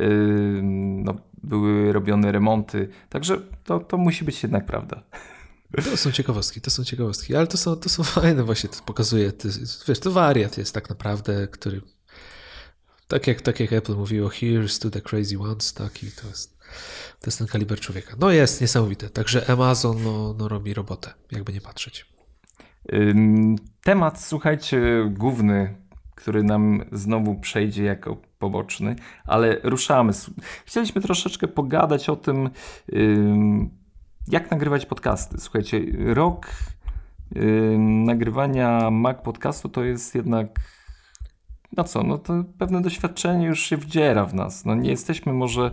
były robione remonty. Także to musi być jednak prawda. To są ciekawostki, ale to są fajne właśnie, to pokazuje, wiesz, to wariat jest tak naprawdę, który tak jak Apple mówiło, here's to the crazy ones, tak, i to jest ten kaliber człowieka. No jest niesamowite, także Amazon robi robotę, jakby nie patrzeć. Temat, słuchajcie, główny, który nam znowu przejdzie jako poboczny, ale ruszamy. Chcieliśmy troszeczkę pogadać o tym, jak nagrywać podcasty. Słuchajcie, rok nagrywania Mac podcastu to jest jednak to pewne doświadczenie już się wdziera w nas. Nie jesteśmy może...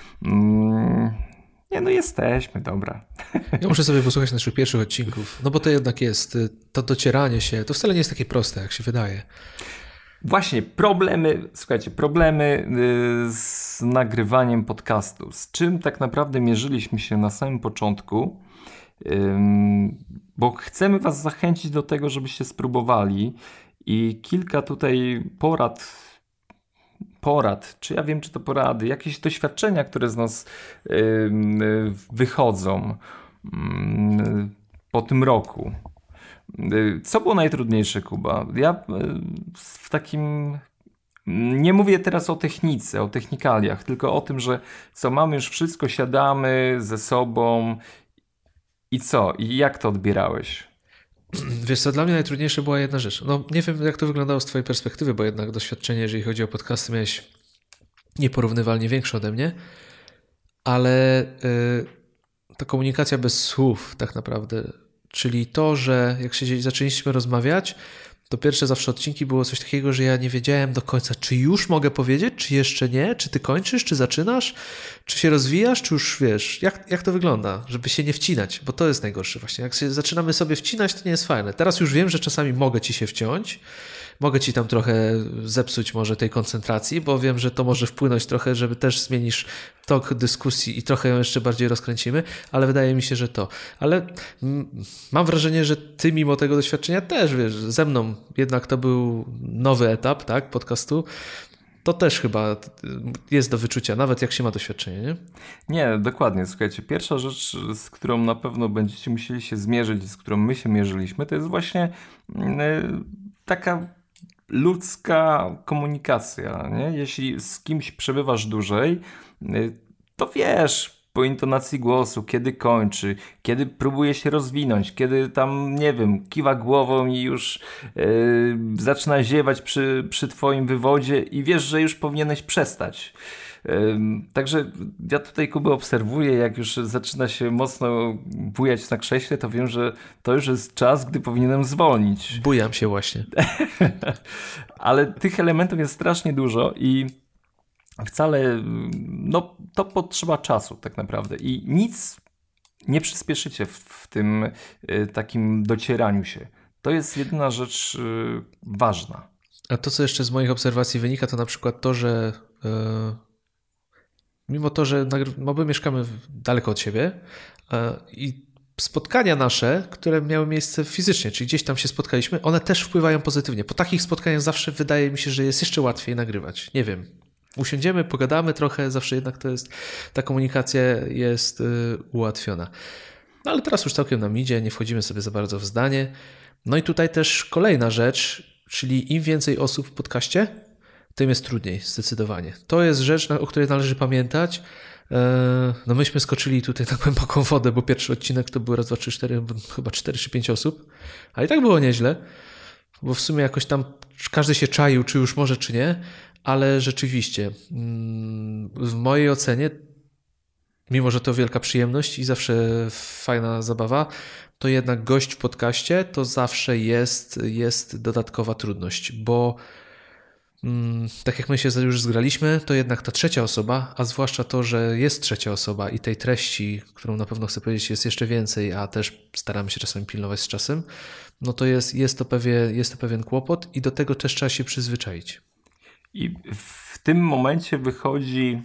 jesteśmy, dobra. Ja muszę sobie posłuchać naszych pierwszych odcinków, bo to jednak jest, to docieranie się, to wcale nie jest takie proste, jak się wydaje. Właśnie, problemy z nagrywaniem podcastu. Z czym tak naprawdę mierzyliśmy się na samym początku, bo chcemy was zachęcić do tego, żebyście spróbowali i kilka tutaj porad, czy ja wiem, czy to porady, jakieś doświadczenia, które z nas wychodzą po tym roku. Co było najtrudniejsze, Kuba? Ja w takim... Nie mówię teraz o technice, o technikaliach, tylko o tym, że mamy już wszystko, siadamy ze sobą i co? I jak to odbierałeś? Wiesz co, dla mnie najtrudniejsza była jedna rzecz. Nie wiem, jak to wyglądało z twojej perspektywy, bo jednak doświadczenie, jeżeli chodzi o podcasty, miałeś nieporównywalnie większe ode mnie, ale ta komunikacja bez słów tak naprawdę, czyli to, że jak zaczęliśmy rozmawiać, to pierwsze zawsze odcinki było coś takiego, że ja nie wiedziałem do końca, czy już mogę powiedzieć, czy jeszcze nie, czy ty kończysz, czy zaczynasz, czy się rozwijasz, czy już wiesz, jak to wygląda, żeby się nie wcinać, bo to jest najgorsze właśnie. Jak się zaczynamy sobie wcinać, to nie jest fajne. Teraz już wiem, że czasami mogę ci się wciąć, mogę ci tam trochę zepsuć może tej koncentracji, bo wiem, że to może wpłynąć trochę, żeby też zmienisz tok dyskusji i trochę ją jeszcze bardziej rozkręcimy, ale wydaje mi się, że to. Ale mam wrażenie, że ty mimo tego doświadczenia też, wiesz, ze mną jednak to był nowy etap, tak, podcastu. To też chyba jest do wyczucia, nawet jak się ma doświadczenie, nie? Nie, dokładnie. Słuchajcie, pierwsza rzecz, z którą na pewno będziecie musieli się zmierzyć, z którą my się mierzyliśmy, to jest właśnie taka ludzka komunikacja, nie? Jeśli z kimś przebywasz dłużej, to wiesz po intonacji głosu, kiedy kończy, kiedy próbuje się rozwinąć, kiedy tam, nie wiem, kiwa głową i już zaczyna ziewać przy twoim wywodzie i wiesz, że już powinieneś przestać. Także ja tutaj Kubę obserwuję, jak już zaczyna się mocno bujać na krześle, to wiem, że to już jest czas, gdy powinienem zwolnić. Bujam się właśnie. Ale tych elementów jest strasznie dużo i wcale, to potrzeba czasu tak naprawdę i nic nie przyspieszycie w tym takim docieraniu się. To jest jedyna rzecz ważna. A to, co jeszcze z moich obserwacji wynika, to na przykład to, że mimo to, że my mieszkamy daleko od siebie i spotkania nasze, które miały miejsce fizycznie, czyli gdzieś tam się spotkaliśmy, one też wpływają pozytywnie. Po takich spotkaniach zawsze wydaje mi się, że jest jeszcze łatwiej nagrywać. Nie wiem. Usiądziemy, pogadamy trochę, zawsze jednak ta komunikacja jest ułatwiona. No ale teraz już całkiem nam idzie, nie wchodzimy sobie za bardzo w zdanie. No i tutaj też kolejna rzecz, czyli im więcej osób w podcaście, tym jest trudniej, zdecydowanie. To jest rzecz, o której należy pamiętać. No myśmy skoczyli tutaj na głęboką wodę, bo pierwszy odcinek to był raz, dwa, trzy, cztery, chyba 4 czy 5 osób, a i tak było nieźle, bo w sumie jakoś tam każdy się czaił, czy już może, czy nie, ale rzeczywiście w mojej ocenie mimo że to wielka przyjemność i zawsze fajna zabawa, to jednak gość w podcaście to zawsze jest dodatkowa trudność, bo tak jak my się już zgraliśmy, to jednak ta trzecia osoba, a zwłaszcza to, że jest trzecia osoba i tej treści, którą na pewno chcę powiedzieć, jest jeszcze więcej, a też staramy się czasami pilnować z czasem, no to jest to pewien kłopot i do tego też trzeba się przyzwyczaić. I w tym momencie wychodzi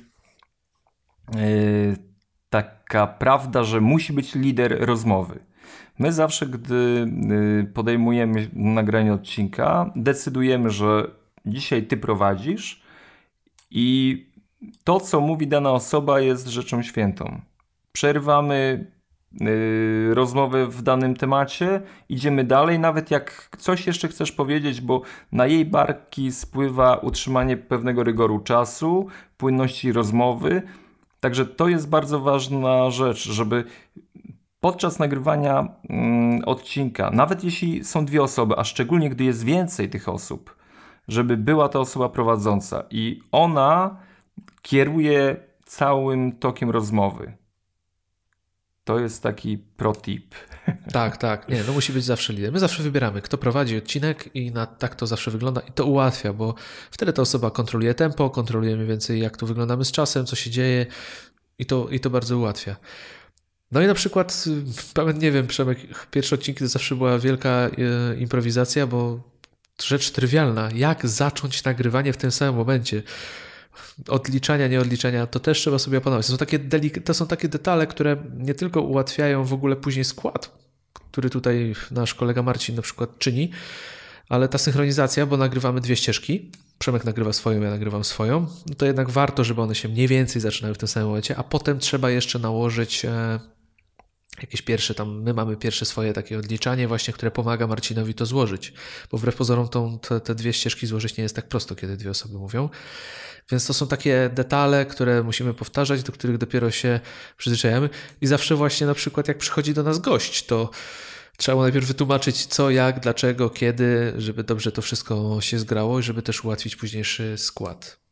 taka prawda, że musi być lider rozmowy. My zawsze, gdy podejmujemy nagranie odcinka, decydujemy, że dzisiaj ty prowadzisz i to, co mówi dana osoba, jest rzeczą świętą. Przerwamy rozmowę w danym temacie, idziemy dalej, nawet jak coś jeszcze chcesz powiedzieć, bo na jej barki spływa utrzymanie pewnego rygoru czasu, płynności rozmowy. Także to jest bardzo ważna rzecz, żeby podczas nagrywania odcinka, nawet jeśli są dwie osoby, a szczególnie gdy jest więcej tych osób, żeby była to osoba prowadząca i ona kieruje całym tokiem rozmowy. To jest taki pro tip. Tak. Nie, no musi być zawsze lider. My zawsze wybieramy, kto prowadzi odcinek i tak to zawsze wygląda i to ułatwia, bo wtedy ta osoba kontroluje tempo, kontroluje mniej więcej jak tu wyglądamy z czasem, co się dzieje i to bardzo ułatwia. No i na przykład, nie wiem, Przemek, pierwsze odcinki to zawsze była wielka improwizacja, bo rzecz trywialna, jak zacząć nagrywanie w tym samym momencie. Odliczania, nieodliczania, to też trzeba sobie opanować. To są takie detale, które nie tylko ułatwiają w ogóle później skład, który tutaj nasz kolega Marcin na przykład czyni, ale ta synchronizacja, bo nagrywamy dwie ścieżki, Przemek nagrywa swoją, ja nagrywam swoją, no to jednak warto, żeby one się mniej więcej zaczynały w tym samym momencie, a potem trzeba jeszcze nałożyć jakieś pierwsze my mamy pierwsze swoje takie odliczanie właśnie, które pomaga Marcinowi to złożyć, bo wbrew pozorom te dwie ścieżki złożyć nie jest tak prosto, kiedy dwie osoby mówią. Więc to są takie detale, które musimy powtarzać, do których dopiero się przyzwyczajamy i zawsze właśnie na przykład jak przychodzi do nas gość, to trzeba mu najpierw wytłumaczyć co, jak, dlaczego, kiedy, żeby dobrze to wszystko się zgrało i żeby też ułatwić późniejszy skład.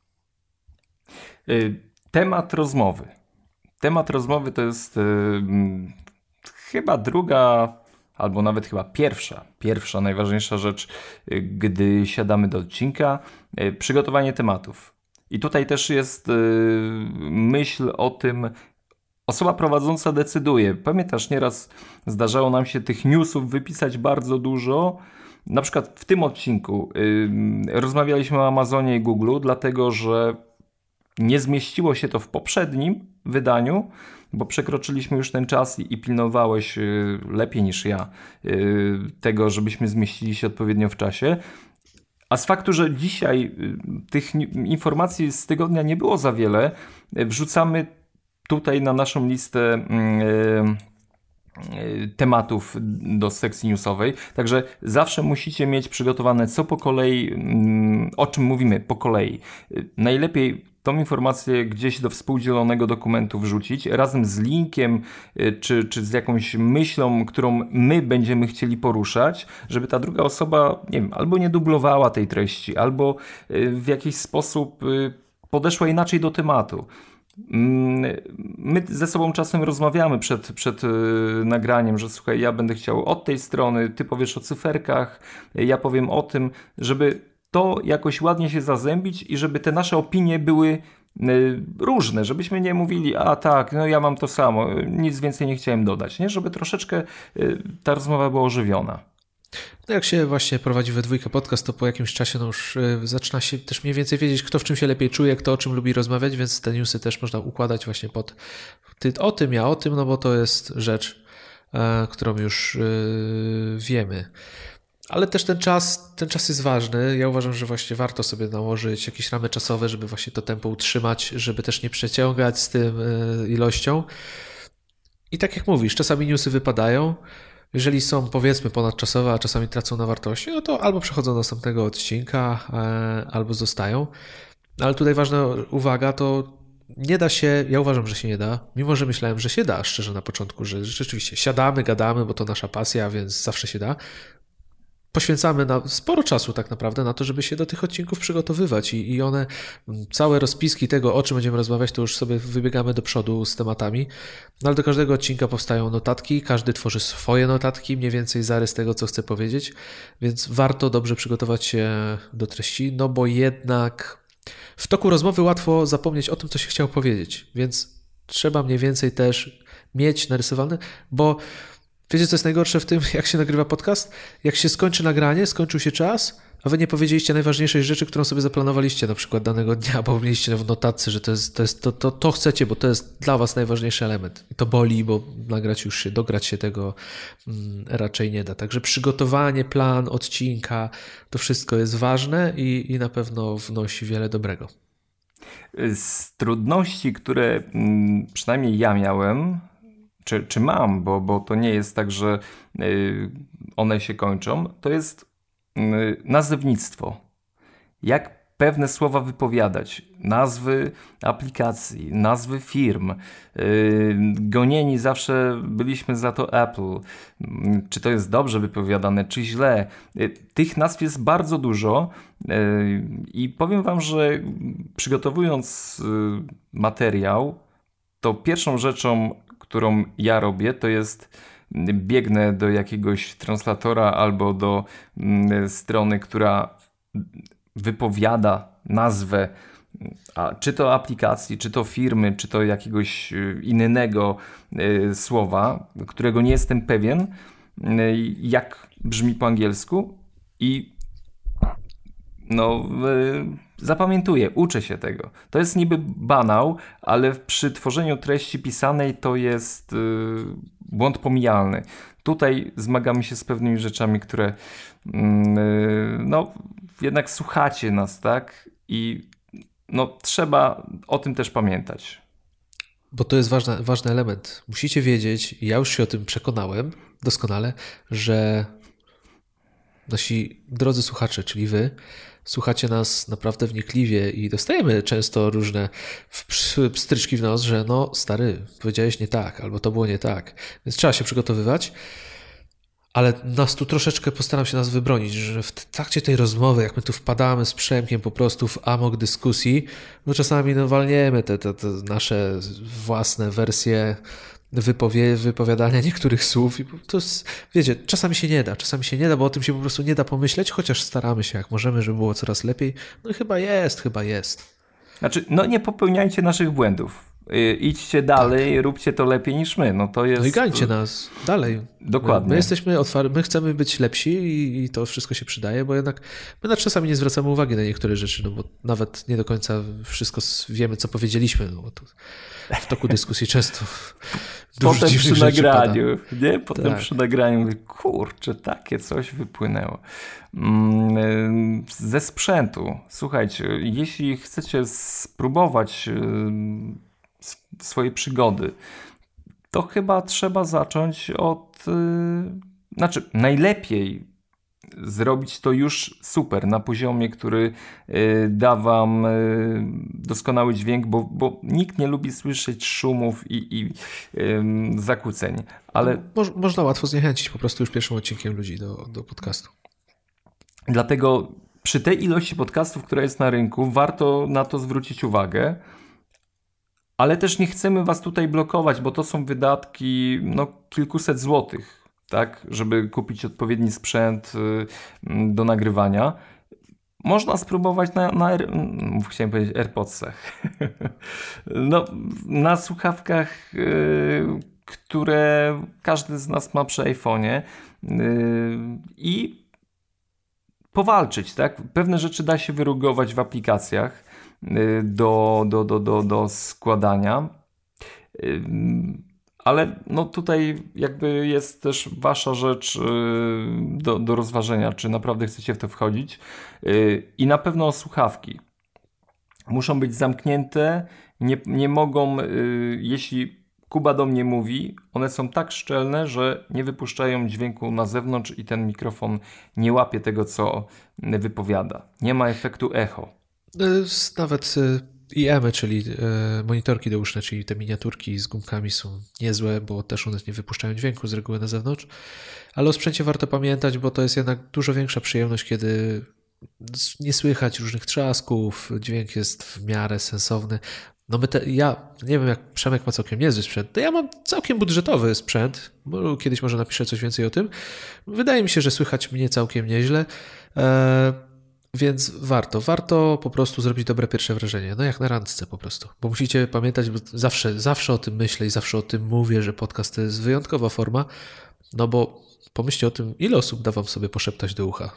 Temat rozmowy. Temat rozmowy to jest chyba druga, albo nawet chyba pierwsza najważniejsza rzecz, gdy siadamy do odcinka, przygotowanie tematów. I tutaj też jest myśl o tym, osoba prowadząca decyduje. Pamiętasz, nieraz zdarzało nam się tych newsów wypisać bardzo dużo. Na przykład w tym odcinku rozmawialiśmy o Amazonie i Google'u, dlatego że nie zmieściło się to w poprzednim wydaniu, bo przekroczyliśmy już ten czas i pilnowałeś lepiej niż ja tego, żebyśmy zmieścili się odpowiednio w czasie. A z faktu, że dzisiaj tych informacji z tygodnia nie było za wiele, wrzucamy tutaj na naszą listę tematów do sekcji newsowej. Także zawsze musicie mieć przygotowane co po kolei, o czym mówimy po kolei. Najlepiej tą informację gdzieś do współdzielonego dokumentu wrzucić razem z linkiem czy z jakąś myślą, którą my będziemy chcieli poruszać, żeby ta druga osoba, nie wiem, albo nie dublowała tej treści, albo w jakiś sposób podeszła inaczej do tematu. My ze sobą czasem rozmawiamy przed nagraniem, że słuchaj, ja będę chciał od tej strony, ty powiesz o cyferkach, ja powiem o tym, żeby to jakoś ładnie się zazębić i żeby te nasze opinie były różne, żebyśmy nie mówili, a tak, no ja mam to samo, nic więcej nie chciałem dodać, nie? Żeby troszeczkę ta rozmowa była ożywiona. No jak się właśnie prowadzi we dwójkę podcast, to po jakimś czasie już zaczyna się też mniej więcej wiedzieć, kto w czym się lepiej czuje, kto o czym lubi rozmawiać, więc te newsy też można układać właśnie pod ty o tym, ja o tym, no bo to jest rzecz, którą już wiemy. Ale też ten czas jest ważny. Ja uważam, że właśnie warto sobie nałożyć jakieś ramy czasowe, żeby właśnie to tempo utrzymać, żeby też nie przeciągać z tym ilością. I tak jak mówisz, czasami newsy wypadają. Jeżeli są powiedzmy ponadczasowe, a czasami tracą na wartości, no to albo przechodzą do następnego odcinka, albo zostają. Ale tutaj ważna uwaga, to nie da się, ja uważam, że się nie da, mimo że myślałem, że się da, szczerze na początku, że rzeczywiście siadamy, gadamy, bo to nasza pasja, więc zawsze się da. poświęcamy sporo czasu tak naprawdę na to, żeby się do tych odcinków przygotowywać i one, całe rozpiski tego, o czym będziemy rozmawiać, to już sobie wybiegamy do przodu z tematami, no ale do każdego odcinka powstają notatki, każdy tworzy swoje notatki, mniej więcej zarys tego, co chce powiedzieć, więc warto dobrze przygotować się do treści, no bo jednak w toku rozmowy łatwo zapomnieć o tym, co się chciało powiedzieć, więc trzeba mniej więcej też mieć narysowane, bo wiecie, co jest najgorsze w tym, jak się nagrywa podcast? Jak się skończy nagranie, skończył się czas, a wy nie powiedzieliście najważniejszej rzeczy, którą sobie zaplanowaliście na przykład danego dnia, bo mieliście w notatce, że to chcecie, bo to jest dla was najważniejszy element. I to boli, bo dograć się tego raczej nie da. Także przygotowanie, plan odcinka, to wszystko jest ważne i na pewno wnosi wiele dobrego. Z trudności, które przynajmniej ja miałem, czy mam, bo to nie jest tak, że one się kończą, to jest nazewnictwo. Jak pewne słowa wypowiadać, nazwy aplikacji, nazwy firm. Gonieni zawsze byliśmy za to Apple. Czy to jest dobrze wypowiadane, czy źle. Tych nazw jest bardzo dużo i powiem wam, że przygotowując materiał, to pierwszą rzeczą, którą ja robię, to jest biegnę do jakiegoś translatora albo do strony, która wypowiada nazwę, czy to aplikacji, czy to firmy, czy to jakiegoś innego słowa, którego nie jestem pewien, jak brzmi po angielsku i zapamiętuję, uczę się tego. To jest niby banał, ale przy tworzeniu treści pisanej to jest błąd pomijalny. Tutaj zmagamy się z pewnymi rzeczami, które jednak słuchacie nas, tak? I trzeba o tym też pamiętać. Bo to jest ważny element. Musicie wiedzieć, ja już się o tym przekonałem doskonale, że nasi drodzy słuchacze, czyli wy, słuchacie nas naprawdę wnikliwie i dostajemy często różne pstryczki w nos, że stary, powiedziałeś nie tak, albo to było nie tak. Więc trzeba się przygotowywać, ale postaram się nas wybronić, że w trakcie tej rozmowy, jak my tu wpadamy z Przemkiem po prostu w amok dyskusji, bo czasami walniemy te nasze własne wersje wypowiadania niektórych słów i to jest, wiecie, czasami się nie da, bo o tym się po prostu nie da pomyśleć, chociaż staramy się jak możemy, żeby było coraz lepiej. No i chyba jest. Znaczy, nie popełniajcie naszych błędów. Idźcie dalej, tak. Róbcie to lepiej niż my. To jest... No i gańcie nas dalej. Dokładnie. My jesteśmy otwarci, my chcemy być lepsi i to wszystko się przydaje, bo jednak my czasami nie zwracamy uwagi na niektóre rzeczy, bo nawet nie do końca wszystko wiemy, co powiedzieliśmy, bo to w toku dyskusji często potem przy nagraniu, pada. Nie? Potem przy nagraniu mówię, kurczę, takie coś wypłynęło. Ze sprzętu. Słuchajcie, jeśli chcecie spróbować swojej przygody, to chyba trzeba zacząć od... najlepiej zrobić to już super, na poziomie, który da wam doskonały dźwięk, bo nikt nie lubi słyszeć szumów i zakłóceń. Ale... Można łatwo zniechęcić po prostu już pierwszym odcinkiem ludzi do podcastu. Dlatego przy tej ilości podcastów, która jest na rynku, warto na to zwrócić uwagę. Ale też nie chcemy was tutaj blokować, bo to są wydatki kilkuset złotych, tak, żeby kupić odpowiedni sprzęt do nagrywania. Można spróbować chciałem powiedzieć AirPodsach. Na słuchawkach, które każdy z nas ma przy iPhone'ie i powalczyć, tak? Pewne rzeczy da się wyrugować w aplikacjach do składania. Ale tutaj jakby jest też wasza rzecz do rozważenia, czy naprawdę chcecie w to wchodzić. I na pewno słuchawki muszą być zamknięte, nie mogą, jeśli Kuba do mnie mówi, one są tak szczelne, że nie wypuszczają dźwięku na zewnątrz i ten mikrofon nie łapie tego, co wypowiada. Nie ma efektu echo. Nawet IEM-y, czyli monitorki douszne, czyli te miniaturki z gumkami są niezłe, bo też one nie wypuszczają dźwięku z reguły na zewnątrz. Ale o sprzęcie warto pamiętać, bo to jest jednak dużo większa przyjemność, kiedy nie słychać różnych trzasków, dźwięk jest w miarę sensowny. No ja nie wiem, jak Przemek ma całkiem niezły sprzęt, to ja mam całkiem budżetowy sprzęt, bo kiedyś może napiszę coś więcej o tym. Wydaje mi się, że słychać mnie całkiem nieźle, więc warto po prostu zrobić dobre pierwsze wrażenie, no jak na randce po prostu, bo musicie pamiętać, bo zawsze o tym myślę i zawsze o tym mówię, że podcast to jest wyjątkowa forma, no bo pomyślcie o tym, ile osób da wam sobie poszeptać do ucha,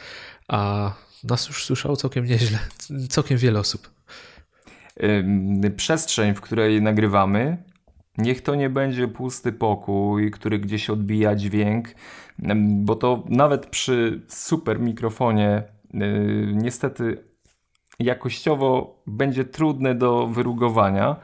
a nas już słyszało całkiem nieźle, całkiem wiele osób. Przestrzeń, w której nagrywamy, niech to nie będzie pusty pokój, który gdzieś odbija dźwięk, bo to nawet przy super mikrofonie niestety jakościowo będzie trudne do wyrugowania.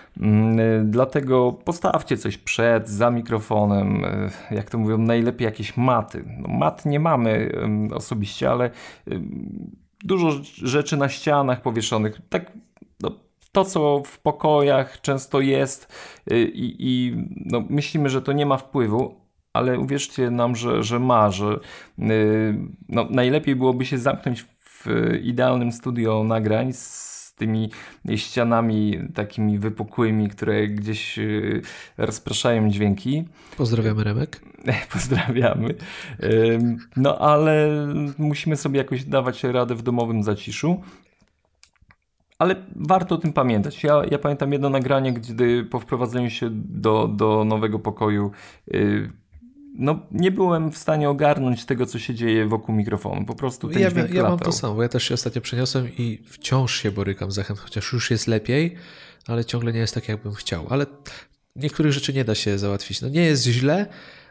Dlatego postawcie coś za mikrofonem, jak to mówią, najlepiej jakieś maty. No, mat nie mamy osobiście, ale dużo rzeczy na ścianach powieszonych. Tak, no, to, co w pokojach często jest i no, myślimy, że to nie ma wpływu, ale uwierzcie nam, że ma, że no, najlepiej byłoby się zamknąć w idealnym studio nagrań z tymi ścianami takimi wypukłymi, które gdzieś rozpraszają dźwięki. Pozdrawiamy, Remek. Pozdrawiamy. No ale musimy sobie jakoś dawać radę w domowym zaciszu. Ale warto o tym pamiętać. Ja pamiętam jedno nagranie, gdy po wprowadzeniu się do nowego pokoju no, nie byłem w stanie ogarnąć tego, co się dzieje wokół mikrofonu. Po prostu ten dźwięk ja mam to samo, bo ja też się ostatnio przeniosłem i wciąż się borykam z echem, chociaż już jest lepiej, ale ciągle nie jest tak, jakbym chciał. Ale niektórych rzeczy nie da się załatwić. No nie jest źle,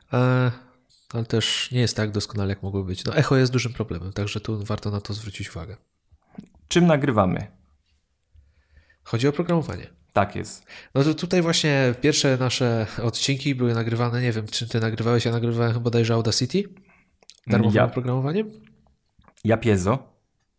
ale też nie jest tak doskonale, jak mogło być. No echo jest dużym problemem, także tu warto na to zwrócić uwagę. Czym nagrywamy? Chodzi o programowanie. Tak jest. No to tutaj właśnie pierwsze nasze odcinki były nagrywane, nie wiem, czy ty nagrywałeś, ja nagrywałem bodajże Audacity, darmowym oprogramowaniem. Ja Piezo.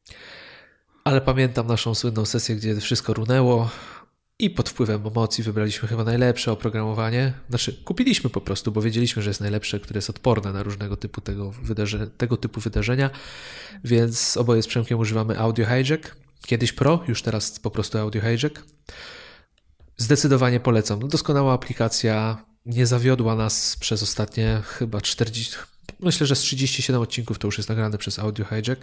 Ale pamiętam naszą słynną sesję, gdzie wszystko runęło i pod wpływem emocji wybraliśmy chyba najlepsze oprogramowanie. Znaczy kupiliśmy po prostu, bo wiedzieliśmy, że jest najlepsze, które jest odporne na różnego typu tego typu wydarzenia, więc oboje z Przemkiem używamy Audio Hijack. Kiedyś Pro, już teraz po prostu Audio Hijack. Zdecydowanie polecam. No, doskonała aplikacja, nie zawiodła nas przez ostatnie chyba 40, myślę, że z 37 odcinków to już jest nagrane przez Audio Hijack,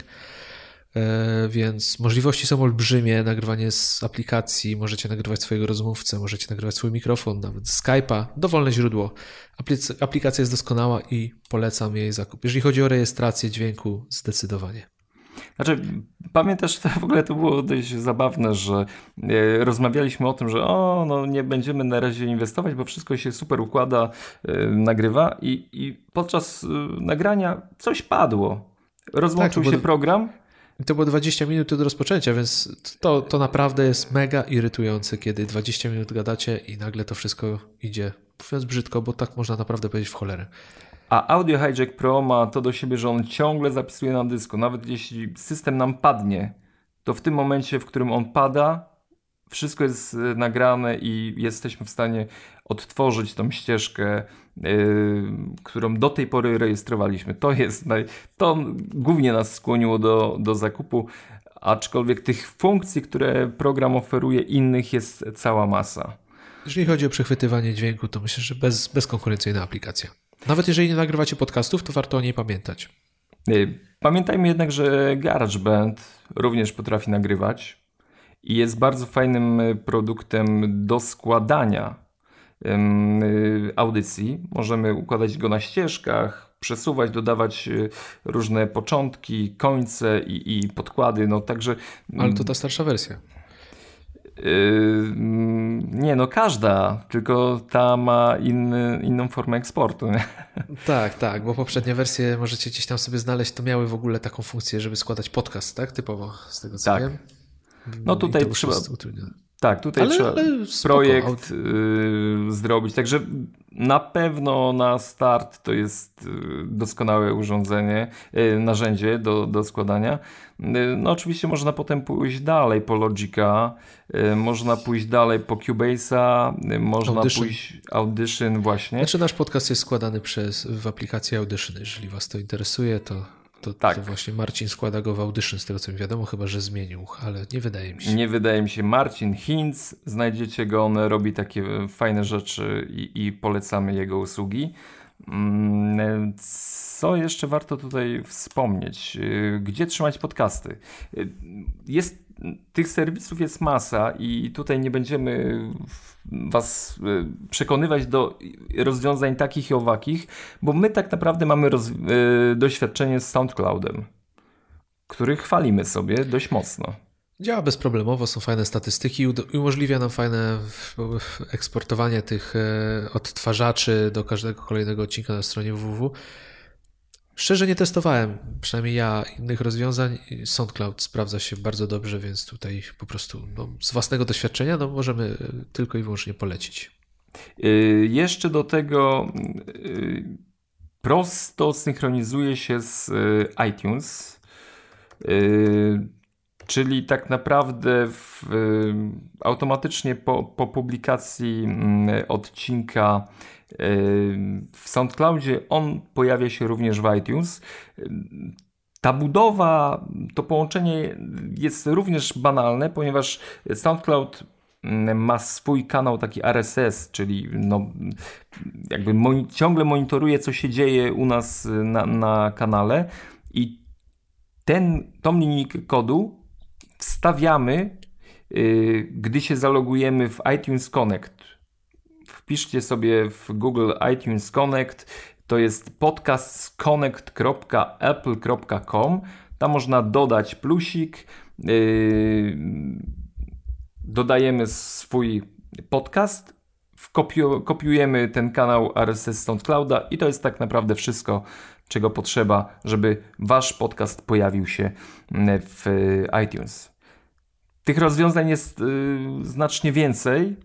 więc możliwości są olbrzymie, nagrywanie z aplikacji, możecie nagrywać swojego rozmówcę, możecie nagrywać swój mikrofon, nawet z Skype'a, dowolne źródło. Aplikacja jest doskonała i polecam jej zakup. Jeżeli chodzi o rejestrację dźwięku, zdecydowanie. Znaczy, pamiętasz, w ogóle to było dość zabawne, że rozmawialiśmy o tym, że no nie będziemy na razie inwestować, bo wszystko się super układa, nagrywa i podczas nagrania coś padło. Rozłączył się program. I to było 20 minut do rozpoczęcia, więc to naprawdę jest mega irytujące, kiedy 20 minut gadacie i nagle to wszystko idzie, mówiąc brzydko, bo tak można naprawdę powiedzieć w cholerę. A Audio Hijack Pro ma to do siebie, że on ciągle zapisuje na dysku. Nawet jeśli system nam padnie, to w tym momencie, w którym on pada, wszystko jest nagrane i jesteśmy w stanie odtworzyć tą ścieżkę, którą do tej pory rejestrowaliśmy. To głównie nas skłoniło do zakupu, aczkolwiek tych funkcji, które program oferuje, innych jest cała masa. Jeżeli chodzi o przechwytywanie dźwięku, to myślę, że bezkonkurencyjna aplikacja. Nawet jeżeli nie nagrywacie podcastów, to warto o niej pamiętać. Pamiętajmy jednak, że GarageBand również potrafi nagrywać i jest bardzo fajnym produktem do składania audycji. Możemy układać go na ścieżkach, przesuwać, dodawać różne początki, końce i podkłady. No, także... Ale to ta starsza wersja. Nie, no każda, tylko ta ma inną formę eksportu. Nie? Tak, bo poprzednie wersje możecie gdzieś tam sobie znaleźć, to miały w ogóle taką funkcję, żeby składać podcast, tak? Typowo, z tego co wiem. No tutaj Tak, tutaj trzeba projekt zrobić. Także na pewno na start to jest doskonałe urządzenie, narzędzie do składania. No oczywiście można potem pójść dalej po Logica, można pójść dalej po Cubase'a, można pójść Audition właśnie. Znaczy nasz podcast jest składany w aplikacji Audition. Jeżeli was to interesuje, to właśnie Marcin składa go w Audition, z tego co mi wiadomo, chyba że zmienił, ale nie wydaje mi się. Nie wydaje mi się. Marcin Hinz, znajdziecie go, on robi takie fajne rzeczy i polecamy jego usługi. Co jeszcze warto tutaj wspomnieć? Gdzie trzymać podcasty? Tych serwisów jest masa i tutaj nie będziemy was przekonywać do rozwiązań takich i owakich, bo my tak naprawdę mamy doświadczenie z SoundCloudem, który chwalimy sobie dość mocno. Działa bezproblemowo, są fajne statystyki i umożliwia nam fajne eksportowanie tych odtwarzaczy do każdego kolejnego odcinka na stronie www. Szczerze nie testowałem, przynajmniej ja, innych rozwiązań. SoundCloud sprawdza się bardzo dobrze, więc tutaj po prostu z własnego doświadczenia możemy tylko i wyłącznie polecić. Jeszcze do tego prosto synchronizuje się z iTunes, czyli tak naprawdę automatycznie po publikacji odcinka w SoundCloudzie on pojawia się również w iTunes. Ta budowa, to połączenie jest również banalne, ponieważ SoundCloud ma swój kanał taki RSS, czyli jakby ciągle monitoruje, co się dzieje u nas na kanale i tą linijkę kodu wstawiamy, gdy się zalogujemy w iTunes Connect. Wpiszcie sobie w Google iTunes Connect, to jest podcastconnect.apple.com. Tam można dodać plusik, dodajemy swój podcast, kopiujemy ten kanał RSS SoundClouda i to jest tak naprawdę wszystko, czego potrzeba, żeby wasz podcast pojawił się w iTunes. Tych rozwiązań jest znacznie więcej,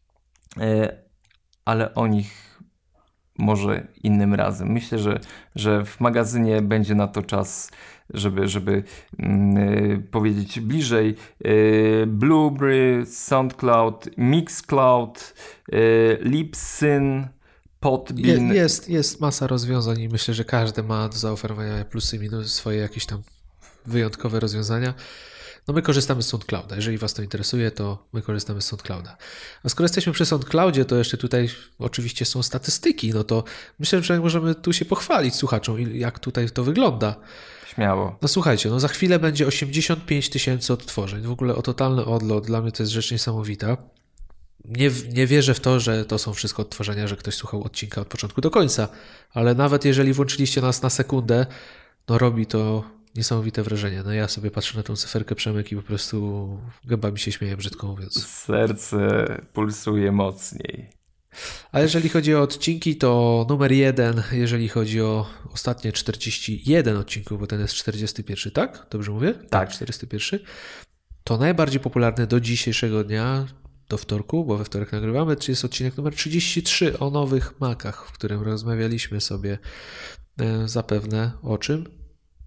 ale o nich może innym razem. Myślę, że w magazynie będzie na to czas, żeby powiedzieć bliżej. Blueberry, SoundCloud, Mixcloud, Libsyn, Podbean. Jest masa rozwiązań i myślę, że każdy ma do zaoferowania plusy i minusy, swoje jakieś tam wyjątkowe rozwiązania. My korzystamy z SoundClouda. Jeżeli was to interesuje, to my korzystamy z SoundClouda. A skoro jesteśmy przy SoundCloudzie, to jeszcze tutaj oczywiście są statystyki. To myślę, że możemy tu się pochwalić słuchaczom, jak tutaj to wygląda. Śmiało. Słuchajcie, za chwilę będzie 85 000 odtworzeń. W ogóle totalny odlot. Dla mnie to jest rzecz niesamowita. Nie wierzę w to, że to są wszystko odtworzenia, że ktoś słuchał odcinka od początku do końca, ale nawet jeżeli włączyliście nas na sekundę, robi to niesamowite wrażenie. Ja sobie patrzę na tą cyferkę, Przemek, i po prostu gęba mi się śmieje, brzydko mówiąc. Serce pulsuje mocniej. A jeżeli chodzi o odcinki, to numer 1, jeżeli chodzi o ostatnie 41 odcinków, bo ten jest 41, tak? Dobrze mówię? Tak. 41. To najbardziej popularny do dzisiejszego dnia, do wtorku, bo we wtorek nagrywamy, czy jest odcinek numer 33 o nowych Macach, w którym rozmawialiśmy sobie zapewne o czym?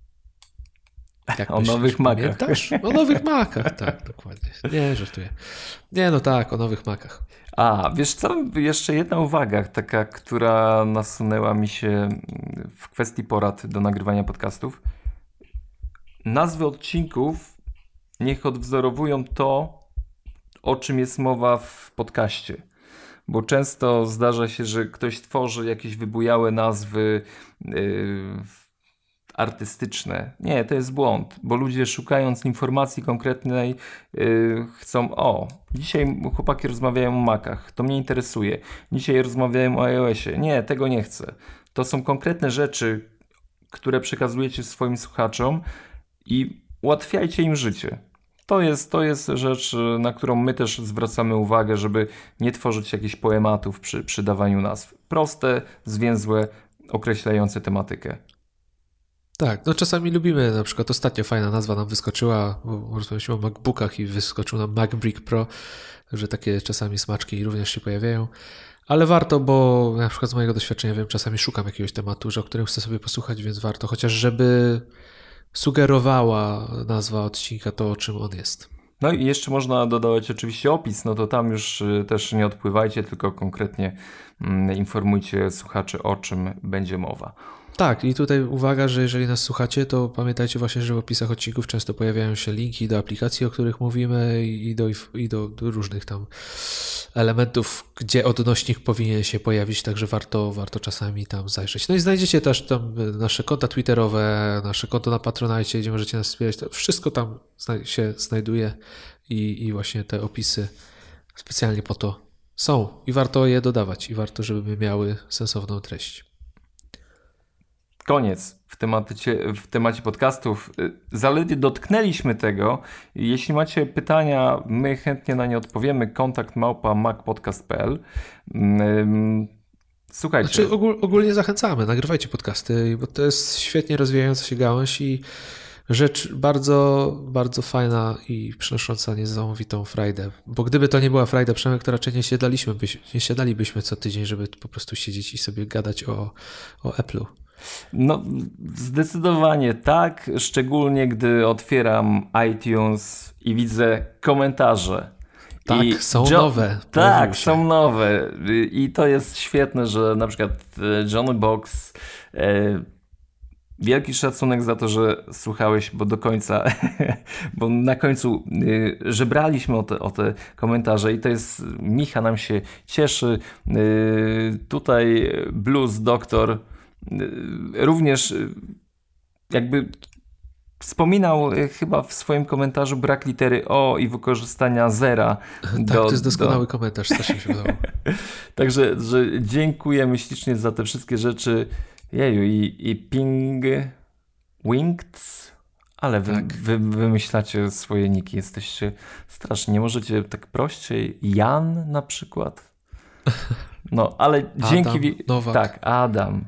O nowych Macach. O nowych Macach, tak, dokładnie. Nie, żartuję. O nowych Macach. Wiesz co, jeszcze jedna uwaga, taka, która nasunęła mi się w kwestii porad do nagrywania podcastów. Nazwy odcinków niech odwzorowują to, o czym jest mowa w podcaście. Bo często zdarza się, że ktoś tworzy jakieś wybujałe nazwy artystyczne. Nie, to jest błąd, bo ludzie szukając informacji konkretnej chcą, dzisiaj chłopaki rozmawiają o Macach, to mnie interesuje. Dzisiaj rozmawiają o iOSie. Nie, tego nie chcę. To są konkretne rzeczy, które przekazujecie swoim słuchaczom i ułatwiajcie im życie. To jest rzecz, na którą my też zwracamy uwagę, żeby nie tworzyć jakichś poematów przy dawaniu nazw. Proste, zwięzłe, określające tematykę. Tak, no czasami lubimy, na przykład ostatnio fajna nazwa nam wyskoczyła, bo rozmawialiśmy o MacBookach i wyskoczył nam MacBrick Pro, że takie czasami smaczki również się pojawiają. Ale warto, bo na przykład z mojego doświadczenia wiem, czasami szukam jakiegoś tematu, o którym chcę sobie posłuchać, więc warto, chociaż żeby sugerowała nazwa odcinka to, o czym on jest. No i jeszcze można dodawać oczywiście opis, no to tam już też nie odpływajcie, tylko konkretnie informujcie słuchaczy, o czym będzie mowa. Tak, i tutaj uwaga, że jeżeli nas słuchacie, to pamiętajcie właśnie, że w opisach odcinków często pojawiają się linki do aplikacji, o których mówimy do różnych tam elementów, gdzie odnośnik powinien się pojawić, także warto czasami tam zajrzeć. No i znajdziecie też tam nasze konta twitterowe, nasze konto na Patronite, gdzie możecie nas wspierać. To wszystko tam się znajduje i właśnie te opisy specjalnie po to są i warto je dodawać i warto, żeby miały sensowną treść. Koniec w temacie podcastów. Zaledwie dotknęliśmy tego. Jeśli macie pytania, my chętnie na nie odpowiemy. kontakt@macpodcast.pl. Słuchajcie. Znaczy ogólnie zachęcamy, nagrywajcie podcasty, bo to jest świetnie rozwijająca się gałąź i rzecz bardzo, bardzo fajna i przynosząca niesamowitą frajdę. Bo gdyby to nie była frajda, Przemek, to raczej nie siadalibyśmy co tydzień, żeby po prostu siedzieć i sobie gadać o Apple'u. No, zdecydowanie tak, szczególnie gdy otwieram iTunes i widzę komentarze. Tak, są nowe. Tak, są nowe. I to jest świetne, że na przykład Johnny Box, wielki szacunek za to, że słuchałeś, bo do końca, bo na końcu żebraliśmy o te komentarze i to jest, Micha nam się cieszy. Tutaj Blues Doktor również jakby wspominał chyba w swoim komentarzu brak litery O i wykorzystania zera. Tak, to jest doskonały komentarz, strasznie mi się podobał. Także że dziękujemy ślicznie za te wszystkie rzeczy. Jeju, i Ping Winged, ale tak. wy wymyślacie swoje niki, jesteście straszni. Nie możecie tak prościej? Jan na przykład? No, ale dzięki... Nowak. Tak, Adam.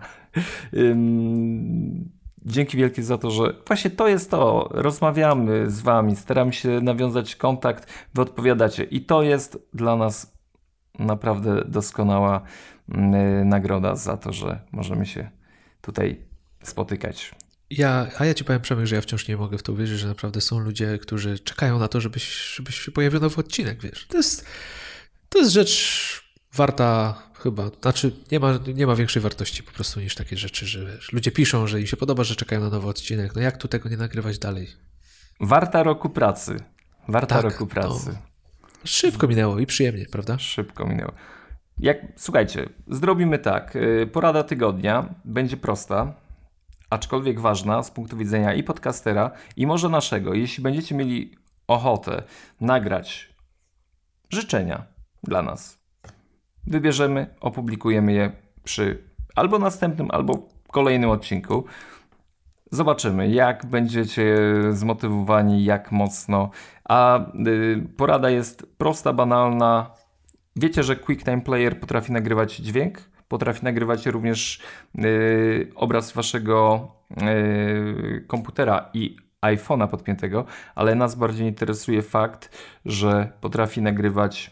Dzięki wielkie za to, że właśnie to jest to. Rozmawiamy z wami, staramy się nawiązać kontakt, wy odpowiadacie i to jest dla nas naprawdę doskonała nagroda za to, że możemy się tutaj spotykać. A ja ci powiem, Przemek, że ja wciąż nie mogę w to uwierzyć, że naprawdę są ludzie, którzy czekają na to, żebyś się pojawił nowy odcinek, wiesz. To jest rzecz warta chyba, znaczy nie ma większej wartości po prostu niż takie rzeczy, że wiesz, ludzie piszą, że im się podoba, że czekają na nowy odcinek. No jak tu tego nie nagrywać dalej? Warta roku pracy. Roku pracy. No, szybko minęło i przyjemnie, prawda? Szybko minęło. Słuchajcie, zrobimy tak. Porada tygodnia będzie prosta, aczkolwiek ważna z punktu widzenia i podcastera, i może naszego. Jeśli będziecie mieli ochotę nagrać życzenia dla nas, wybierzemy, opublikujemy je przy albo następnym, albo kolejnym odcinku. Zobaczymy, jak będziecie zmotywowani, jak mocno. A porada jest prosta, banalna. Wiecie, że QuickTime Player potrafi nagrywać dźwięk, potrafi nagrywać również obraz waszego komputera i iPhone'a podpiętego, ale nas bardziej interesuje fakt, że potrafi nagrywać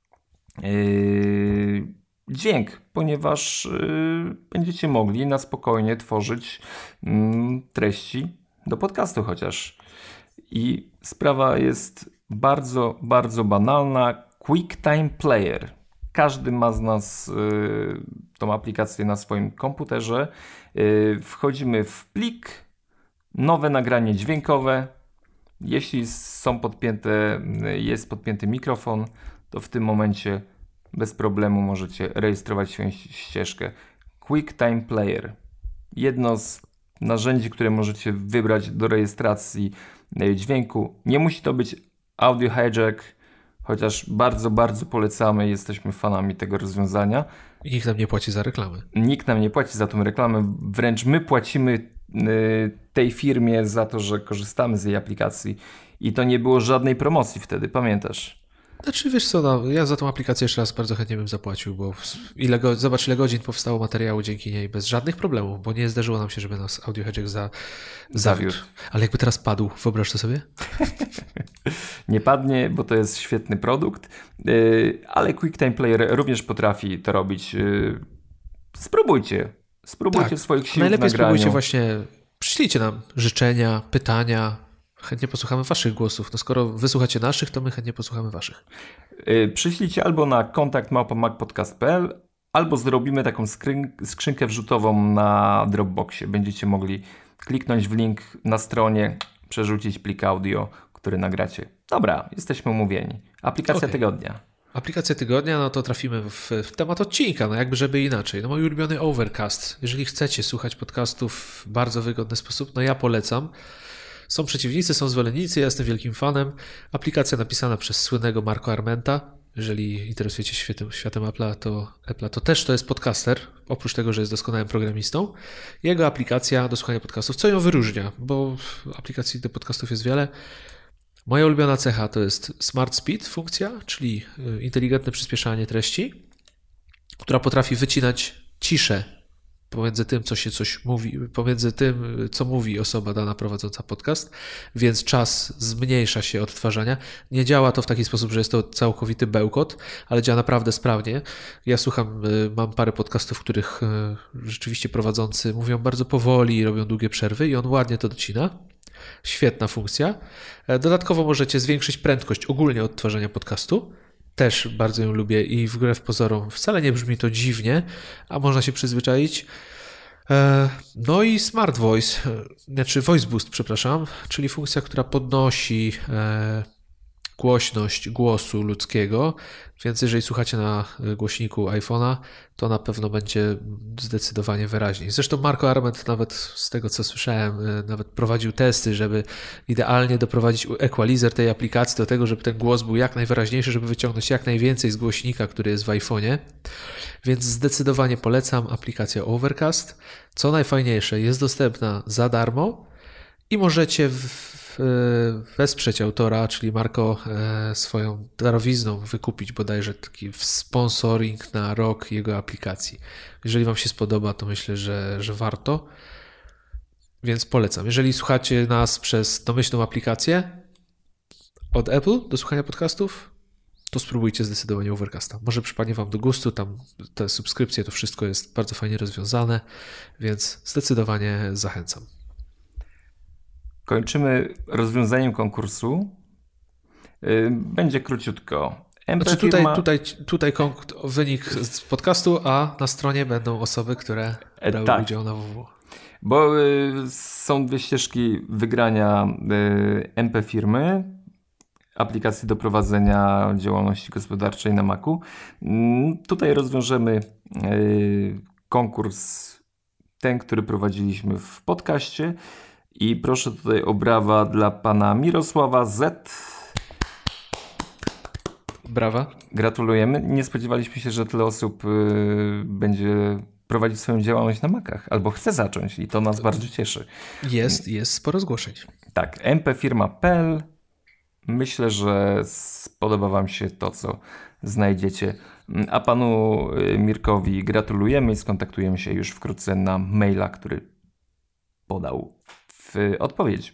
dźwięk, ponieważ będziecie mogli na spokojnie tworzyć treści do podcastu chociaż. I sprawa jest bardzo, bardzo banalna. QuickTime Player. Każdy ma z nas tą aplikację na swoim komputerze. Wchodzimy w plik, nowe nagranie dźwiękowe. Jeśli jest podpięty mikrofon, to w tym momencie bez problemu możecie rejestrować swoją ścieżkę. QuickTime Player. Jedno z narzędzi, które możecie wybrać do rejestracji dźwięku. Nie musi to być Audio Hijack, chociaż bardzo, bardzo polecamy, jesteśmy fanami tego rozwiązania. I nikt nam nie płaci za reklamę. Nikt nam nie płaci za tą reklamę, wręcz my płacimy tej firmie za to, że korzystamy z jej aplikacji i to nie było żadnej promocji wtedy, pamiętasz? Znaczy, wiesz co, no, ja za tą aplikację jeszcze raz bardzo chętnie bym zapłacił, bo zobacz, ile godzin powstało materiału dzięki niej bez żadnych problemów, bo nie zdarzyło nam się, żeby nas Audio Hijack zawiódł. Ale jakby teraz padł, wyobraź to sobie? Nie padnie, bo to jest świetny produkt, ale QuickTime Player również potrafi to robić. Spróbujcie Tak. swoich sił Najlepiej w nagraniu. spróbujcie właśnie, przyślijcie nam życzenia, pytania, chętnie posłuchamy waszych głosów. No skoro wysłuchacie naszych, to my chętnie posłuchamy waszych. Przyślijcie albo na kontakt@macpodcast.pl, albo zrobimy taką skrzynkę wrzutową na Dropboxie. Będziecie mogli kliknąć w link na stronie, przerzucić plik audio, który nagracie. Dobra, jesteśmy umówieni. Aplikacja tygodnia. Aplikacja tygodnia, no to trafimy w temat odcinka, no jakby żeby inaczej. No mój ulubiony Overcast. Jeżeli chcecie słuchać podcastów w bardzo wygodny sposób, no ja polecam. Są przeciwnicy, są zwolennicy, ja jestem wielkim fanem. Aplikacja napisana przez słynnego Marco Armenta. Jeżeli interesujecie się światem Apple'a, to też to jest podcaster, oprócz tego, że jest doskonałym programistą. Jego aplikacja do słuchania podcastów, co ją wyróżnia, bo aplikacji do podcastów jest wiele. Moja ulubiona cecha to jest Smart Speed funkcja, czyli inteligentne przyspieszanie treści, która potrafi wycinać ciszę pomiędzy tym, co się coś mówi, pomiędzy tym, co mówi osoba dana prowadząca podcast, więc czas zmniejsza się odtwarzania. Nie działa to w taki sposób, że jest to całkowity bełkot, ale działa naprawdę sprawnie. Ja słucham, mam parę podcastów, w których rzeczywiście prowadzący mówią bardzo powoli, robią długie przerwy i on ładnie to docina. Świetna funkcja. Dodatkowo możecie zwiększyć prędkość ogólnie odtwarzania podcastu. Też bardzo ją lubię i wbrew pozorom wcale nie brzmi to dziwnie, a można się przyzwyczaić. No i Smart Voice, znaczy Voice Boost, przepraszam, czyli funkcja, która podnosi głośność głosu ludzkiego, więc jeżeli słuchacie na głośniku iPhone'a, to na pewno będzie zdecydowanie wyraźniej. Zresztą Marco Arment nawet z tego, co słyszałem, nawet prowadził testy, żeby idealnie doprowadzić equalizer tej aplikacji do tego, żeby ten głos był jak najwyraźniejszy, żeby wyciągnąć jak najwięcej z głośnika, który jest w iPhone'ie. Więc zdecydowanie polecam aplikację Overcast. Co najfajniejsze, jest dostępna za darmo i możecie wesprzeć autora, czyli Marco, swoją darowizną wykupić bodajże taki sponsoring na rok jego aplikacji. Jeżeli wam się spodoba, to myślę, że warto. Więc polecam. Jeżeli słuchacie nas przez domyślną aplikację od Apple do słuchania podcastów, to spróbujcie zdecydowanie Overcasta. Może przypadnie wam do gustu, tam te subskrypcje, to wszystko jest bardzo fajnie rozwiązane, więc zdecydowanie zachęcam. Kończymy rozwiązaniem konkursu. Będzie króciutko. Znaczy tutaj wynik z podcastu, a na stronie będą osoby, które brały udział na WW. Bo są dwie ścieżki wygrania MP firmy, aplikacji do prowadzenia działalności gospodarczej na Macu. Tutaj rozwiążemy konkurs, ten, który prowadziliśmy w podcaście. I proszę tutaj o brawa dla pana Mirosława Z. Brawa. Gratulujemy. Nie spodziewaliśmy się, że tyle osób będzie prowadzić swoją działalność na Macach, albo chce zacząć i to nas bardzo cieszy. Jest sporo zgłoszeń. Tak, mpfirma.pl. Myślę, że spodoba wam się to, co znajdziecie. A panu Mirkowi gratulujemy i skontaktujemy się już wkrótce na maila, który podał w odpowiedzi.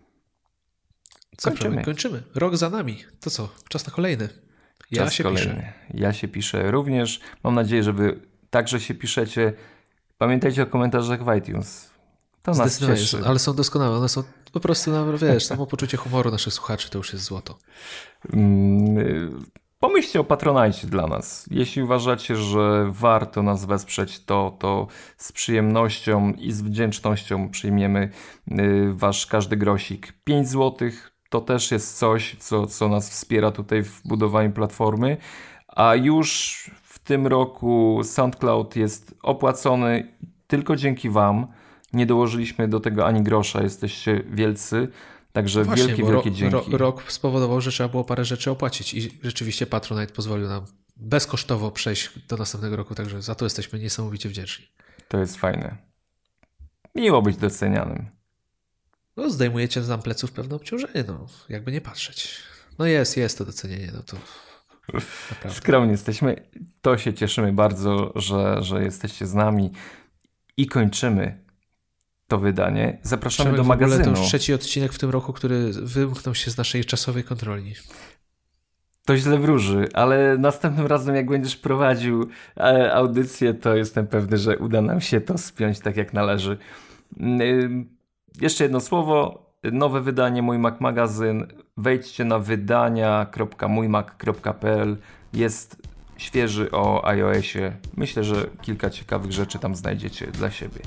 Kończymy. Rok za nami. To co? Czas na kolejny. Ja się piszę również. Mam nadzieję, że wy także się piszecie. Pamiętajcie o komentarzach w iTunes. To nas cieszy. Ale są doskonałe. One są po prostu, wiesz, samo poczucie humoru naszych słuchaczy to już jest złoto. Pomyślcie o Patronite dla nas. Jeśli uważacie, że warto nas wesprzeć, to z przyjemnością i z wdzięcznością przyjmiemy wasz każdy grosik. 5 zł to też jest coś, co nas wspiera tutaj w budowaniu platformy, a już w tym roku SoundCloud jest opłacony tylko dzięki wam. Nie dołożyliśmy do tego ani grosza, jesteście wielcy. Także wielkie dzięki. Rok spowodował, że trzeba było parę rzeczy opłacić i rzeczywiście Patronite pozwolił nam bezkosztowo przejść do następnego roku, także za to jesteśmy niesamowicie wdzięczni. To jest fajne. Miło być docenianym. No zdejmujecie nam pleców pewne obciążenie, jakby nie patrzeć. No jest to docenienie, to Naprawdę. Skromnie jesteśmy. To się cieszymy bardzo, że jesteście z nami i kończymy to wydanie. Zapraszamy do magazynu. To już 3. odcinek w tym roku, który wymknął się z naszej czasowej kontroli. To źle wróży, ale następnym razem jak będziesz prowadził audycję, to jestem pewny, że uda nam się to spiąć tak jak należy. Jeszcze jedno słowo. Nowe wydanie Mój Mac Magazyn. Wejdźcie na wydania.mójmac.pl. Jest świeży o iOSie. Myślę, że kilka ciekawych rzeczy tam znajdziecie dla siebie.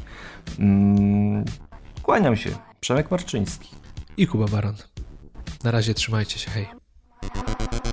Kłaniam się. Przemek Marczyński. I Kuba Baran. Na razie trzymajcie się, hej.